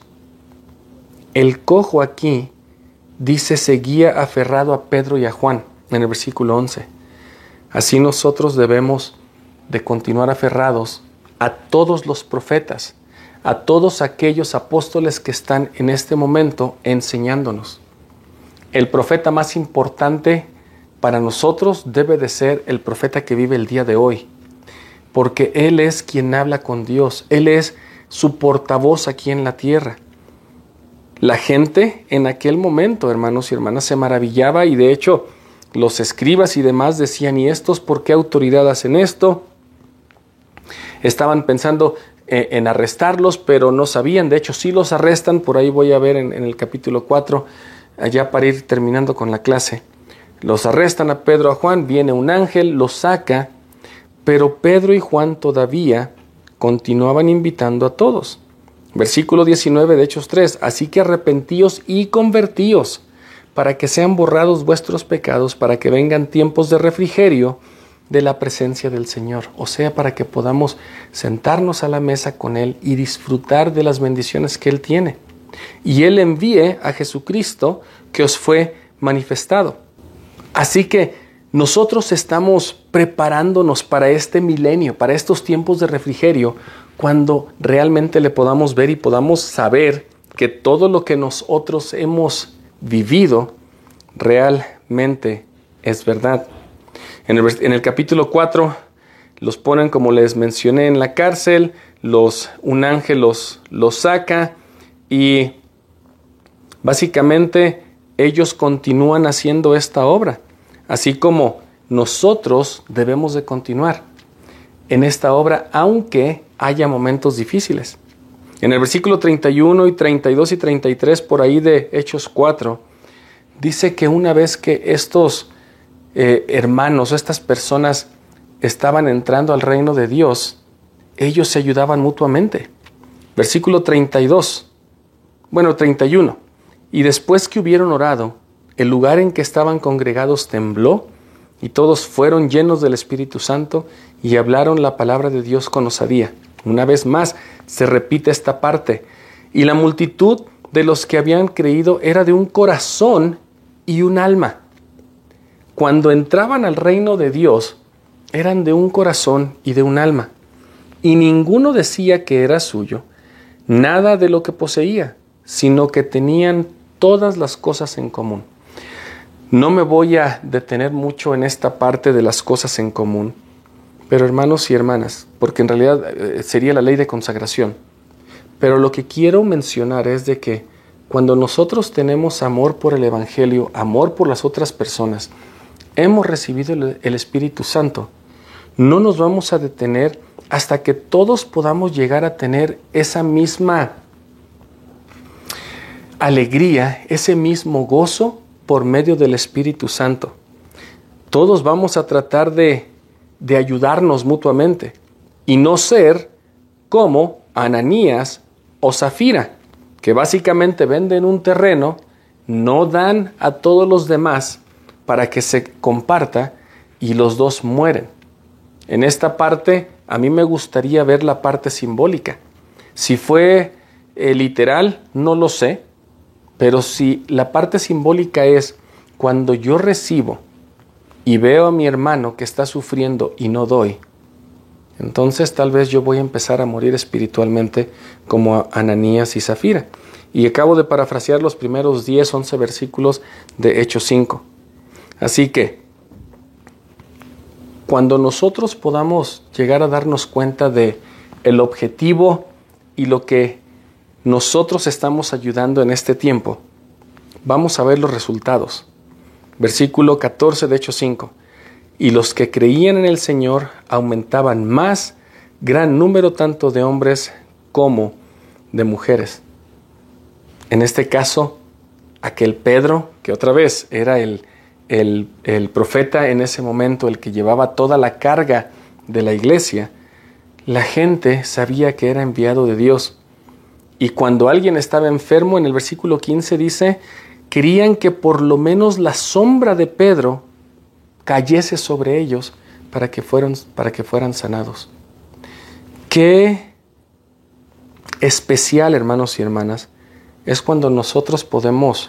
El cojo aquí dice seguía aferrado a Pedro y a Juan, en el versículo 11. Así nosotros debemos de continuar aferrados a todos los profetas, a todos aquellos apóstoles que están en este momento enseñándonos. El profeta más importante para nosotros debe de ser el profeta que vive el día de hoy, porque Él es quien habla con Dios, Él es su portavoz aquí en la tierra. La gente en aquel momento, hermanos y hermanas, se maravillaba y de hecho los escribas y demás decían, ¿y estos por qué autoridad hacen esto? Estaban pensando en arrestarlos, pero no sabían. De hecho, sí los arrestan. Por ahí voy a ver en el capítulo 4, allá para ir terminando con la clase. Los arrestan a Pedro, a Juan, viene un ángel, los saca, pero Pedro y Juan todavía continuaban invitando a todos. Versículo 19 de Hechos 3, así que arrepentíos y convertíos, para que sean borrados vuestros pecados, para que vengan tiempos de refrigerio de la presencia del Señor, o sea, para que podamos sentarnos a la mesa con Él y disfrutar de las bendiciones que Él tiene. Y Él envíe a Jesucristo que os fue manifestado. Así que nosotros estamos preparándonos para este milenio, para estos tiempos de refrigerio, cuando realmente le podamos ver y podamos saber que todo lo que nosotros hemos vivido realmente es verdad. En el capítulo 4 los ponen, como les mencioné, en la cárcel, un ángel los saca y básicamente ellos continúan haciendo esta obra, así como nosotros debemos de continuar en esta obra, aunque haya momentos difíciles. En el versículo 31 y 32 y 33 por ahí de Hechos 4, dice que una vez que estos hermanos, estas personas estaban entrando al reino de Dios, ellos se ayudaban mutuamente. Versículo 31. Y después que hubieron orado, el lugar en que estaban congregados tembló, y todos fueron llenos del Espíritu Santo y hablaron la palabra de Dios con osadía. Una vez más se repite esta parte. Y la multitud de los que habían creído era de un corazón y un alma. Cuando entraban al reino de Dios, eran de un corazón y de un alma. Y ninguno decía que era suyo, nada de lo que poseía, sino que tenían todas las cosas en común. No me voy a detener mucho en esta parte de las cosas en común, pero hermanos y hermanas, porque en realidad sería la ley de consagración. Pero lo que quiero mencionar es de que cuando nosotros tenemos amor por el Evangelio, amor por las otras personas, hemos recibido el Espíritu Santo, no nos vamos a detener hasta que todos podamos llegar a tener esa misma alegría, ese mismo gozo por medio del Espíritu Santo. Todos vamos a tratar de ayudarnos mutuamente y no ser como Ananías o Zafira, que básicamente venden un terreno, no dan a todos los demás para que se comparta y los dos mueren. En esta parte a mí me gustaría ver la parte simbólica. Si fue literal, no lo sé, pero si la parte simbólica es cuando yo recibo y veo a mi hermano que está sufriendo y no doy, entonces tal vez yo voy a empezar a morir espiritualmente como Ananías y Zafira. Y acabo de parafrasear los primeros 10, 11 versículos de Hechos 5. Así que cuando nosotros podamos llegar a darnos cuenta de el objetivo y lo que nosotros estamos ayudando en este tiempo, vamos a ver los resultados. Versículo 14 de Hechos 5. Y los que creían en el Señor aumentaban más, gran número tanto de hombres como de mujeres. En este caso, aquel Pedro, que otra vez era el profeta en ese momento, el que llevaba toda la carga de la iglesia, la gente sabía que era enviado de Dios. Y cuando alguien estaba enfermo, en el versículo 15 dice, querían que por lo menos la sombra de Pedro cayese sobre ellos para que fueran sanados. Qué especial, hermanos y hermanas, es cuando nosotros podemos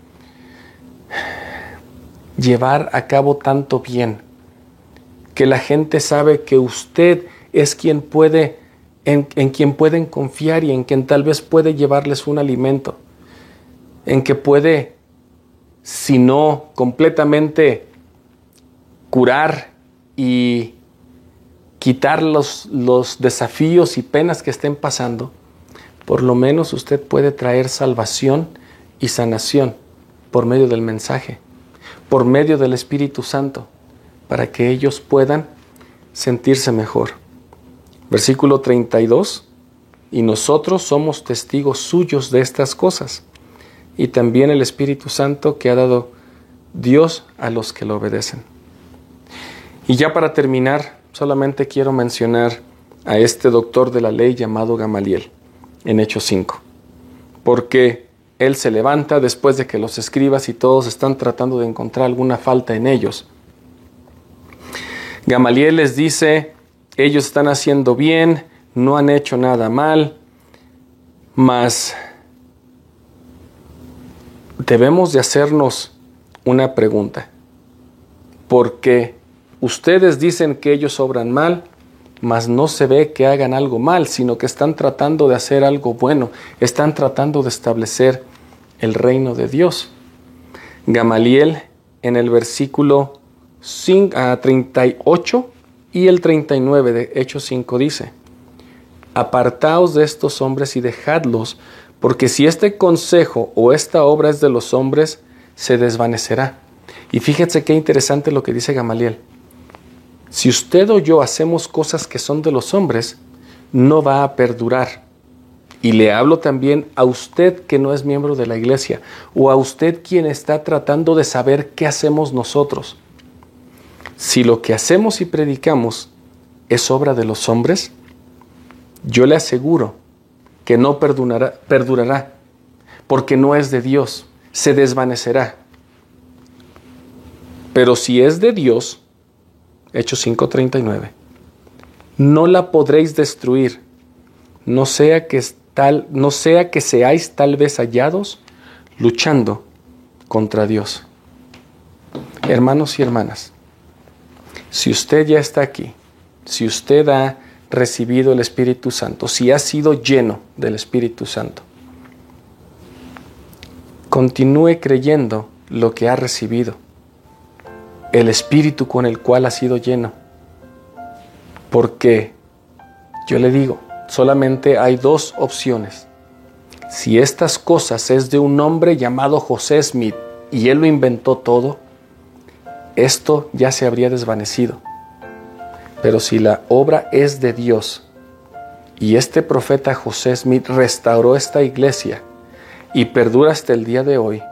llevar a cabo tanto bien, que la gente sabe que usted es quien puede, en quien pueden confiar y en quien tal vez puede llevarles un alimento, en que puede, si no completamente curar y quitar los desafíos y penas que estén pasando, por lo menos usted puede traer salvación y sanación por medio del mensaje, por medio del Espíritu Santo, para que ellos puedan sentirse mejor. Versículo 32, y nosotros somos testigos suyos de estas cosas, y también el Espíritu Santo que ha dado Dios a los que lo obedecen. Y ya para terminar, solamente quiero mencionar a este doctor de la ley llamado Gamaliel, en Hechos 5, porque él se levanta después de que los escribas y todos están tratando de encontrar alguna falta en ellos. Gamaliel les dice, ellos están haciendo bien, no han hecho nada mal, mas debemos de hacernos una pregunta, porque ustedes dicen que ellos obran mal, mas no se ve que hagan algo mal, sino que están tratando de hacer algo bueno, están tratando de establecer el reino de Dios. Gamaliel en el versículo 38 y el 39 de Hechos 5 dice, apartaos de estos hombres y dejadlos, porque si este consejo o esta obra es de los hombres, se desvanecerá. Y fíjense qué interesante lo que dice Gamaliel. Si usted o yo hacemos cosas que son de los hombres, no va a perdurar. Y le hablo también a usted que no es miembro de la iglesia, o a usted quien está tratando de saber qué hacemos nosotros. Si lo que hacemos y predicamos es obra de los hombres, yo le aseguro que no perdurará, porque no es de Dios, se desvanecerá. Pero si es de Dios, Hechos 5:39, no la podréis destruir, no sea que seáis tal vez hallados luchando contra Dios. Hermanos y hermanas, si usted ya está aquí, si usted ha recibido el Espíritu Santo, si ha sido lleno del Espíritu Santo, continúe creyendo lo que ha recibido, el Espíritu con el cual ha sido lleno. Porque yo le digo, solamente hay dos opciones. Si estas cosas es de un hombre llamado José Smith y él lo inventó todo, esto ya se habría desvanecido. Pero si la obra es de Dios y este profeta José Smith restauró esta iglesia y perdura hasta el día de hoy,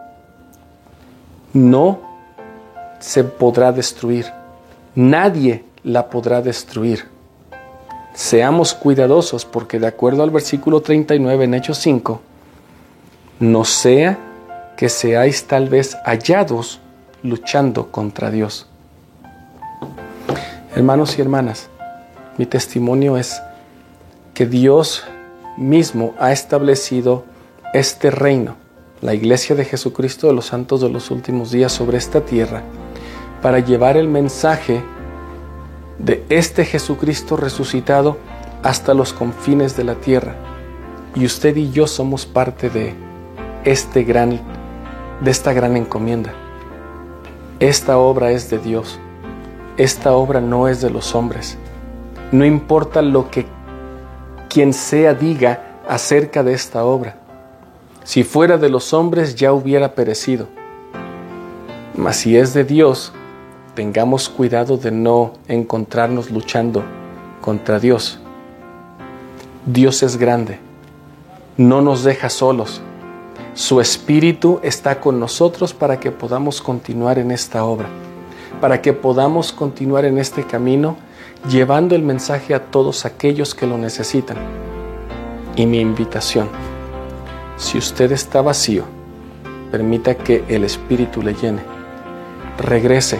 no se podrá destruir. Nadie la podrá destruir. Seamos cuidadosos porque de acuerdo al versículo 39 en Hechos 5, no sea que seáis tal vez hallados luchando contra Dios. Hermanos y hermanas, mi testimonio es que Dios mismo ha establecido este reino, la Iglesia de Jesucristo de los Santos de los Últimos Días sobre esta tierra, para llevar el mensaje de este Jesucristo resucitado hasta los confines de la tierra. Y usted y yo somos parte de esta gran encomienda. Esta obra es de Dios. esta obra no es de los hombres. No importa lo que quien sea diga acerca de esta obra. Si fuera de los hombres ya hubiera perecido. Mas si es de Dios, tengamos cuidado de no encontrarnos luchando contra Dios. Dios es grande, no nos deja solos. Su Espíritu está con nosotros para que podamos continuar en esta obra, para que podamos continuar en este camino, llevando el mensaje a todos aquellos que lo necesitan. Y mi invitación, si usted está vacío, permita que el Espíritu le llene. Regrese,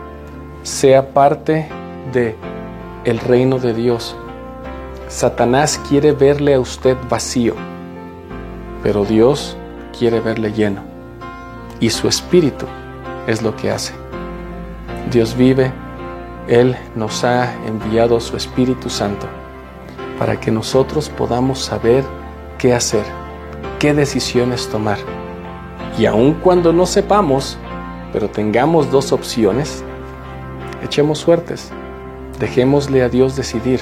sea parte de el reino de Dios. Satanás quiere verle a usted vacío, pero Dios quiere verle lleno. Y su Espíritu es lo que hace. Dios vive, Él nos ha enviado su Espíritu Santo para que nosotros podamos saber qué hacer, qué decisiones tomar. Y aun cuando no sepamos, pero tengamos dos opciones, echemos suertes, dejémosle a Dios decidir.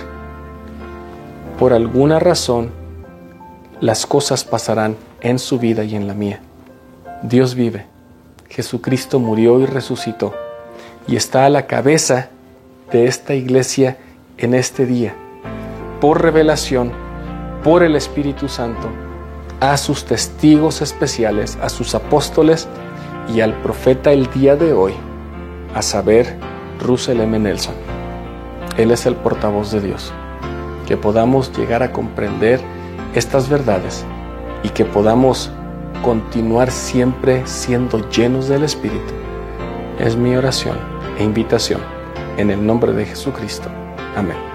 Por alguna razón, las cosas pasarán en su vida y en la mía. Dios vive, Jesucristo murió y resucitó, y está a la cabeza de esta iglesia en este día, por revelación, por el Espíritu Santo, a sus testigos especiales, a sus apóstoles y al profeta el día de hoy, a saber, Russell M. Nelson. Él es el portavoz de Dios. Que podamos llegar a comprender estas verdades y que podamos continuar siempre siendo llenos del Espíritu. Es mi oración e invitación en el nombre de Jesucristo. Amén.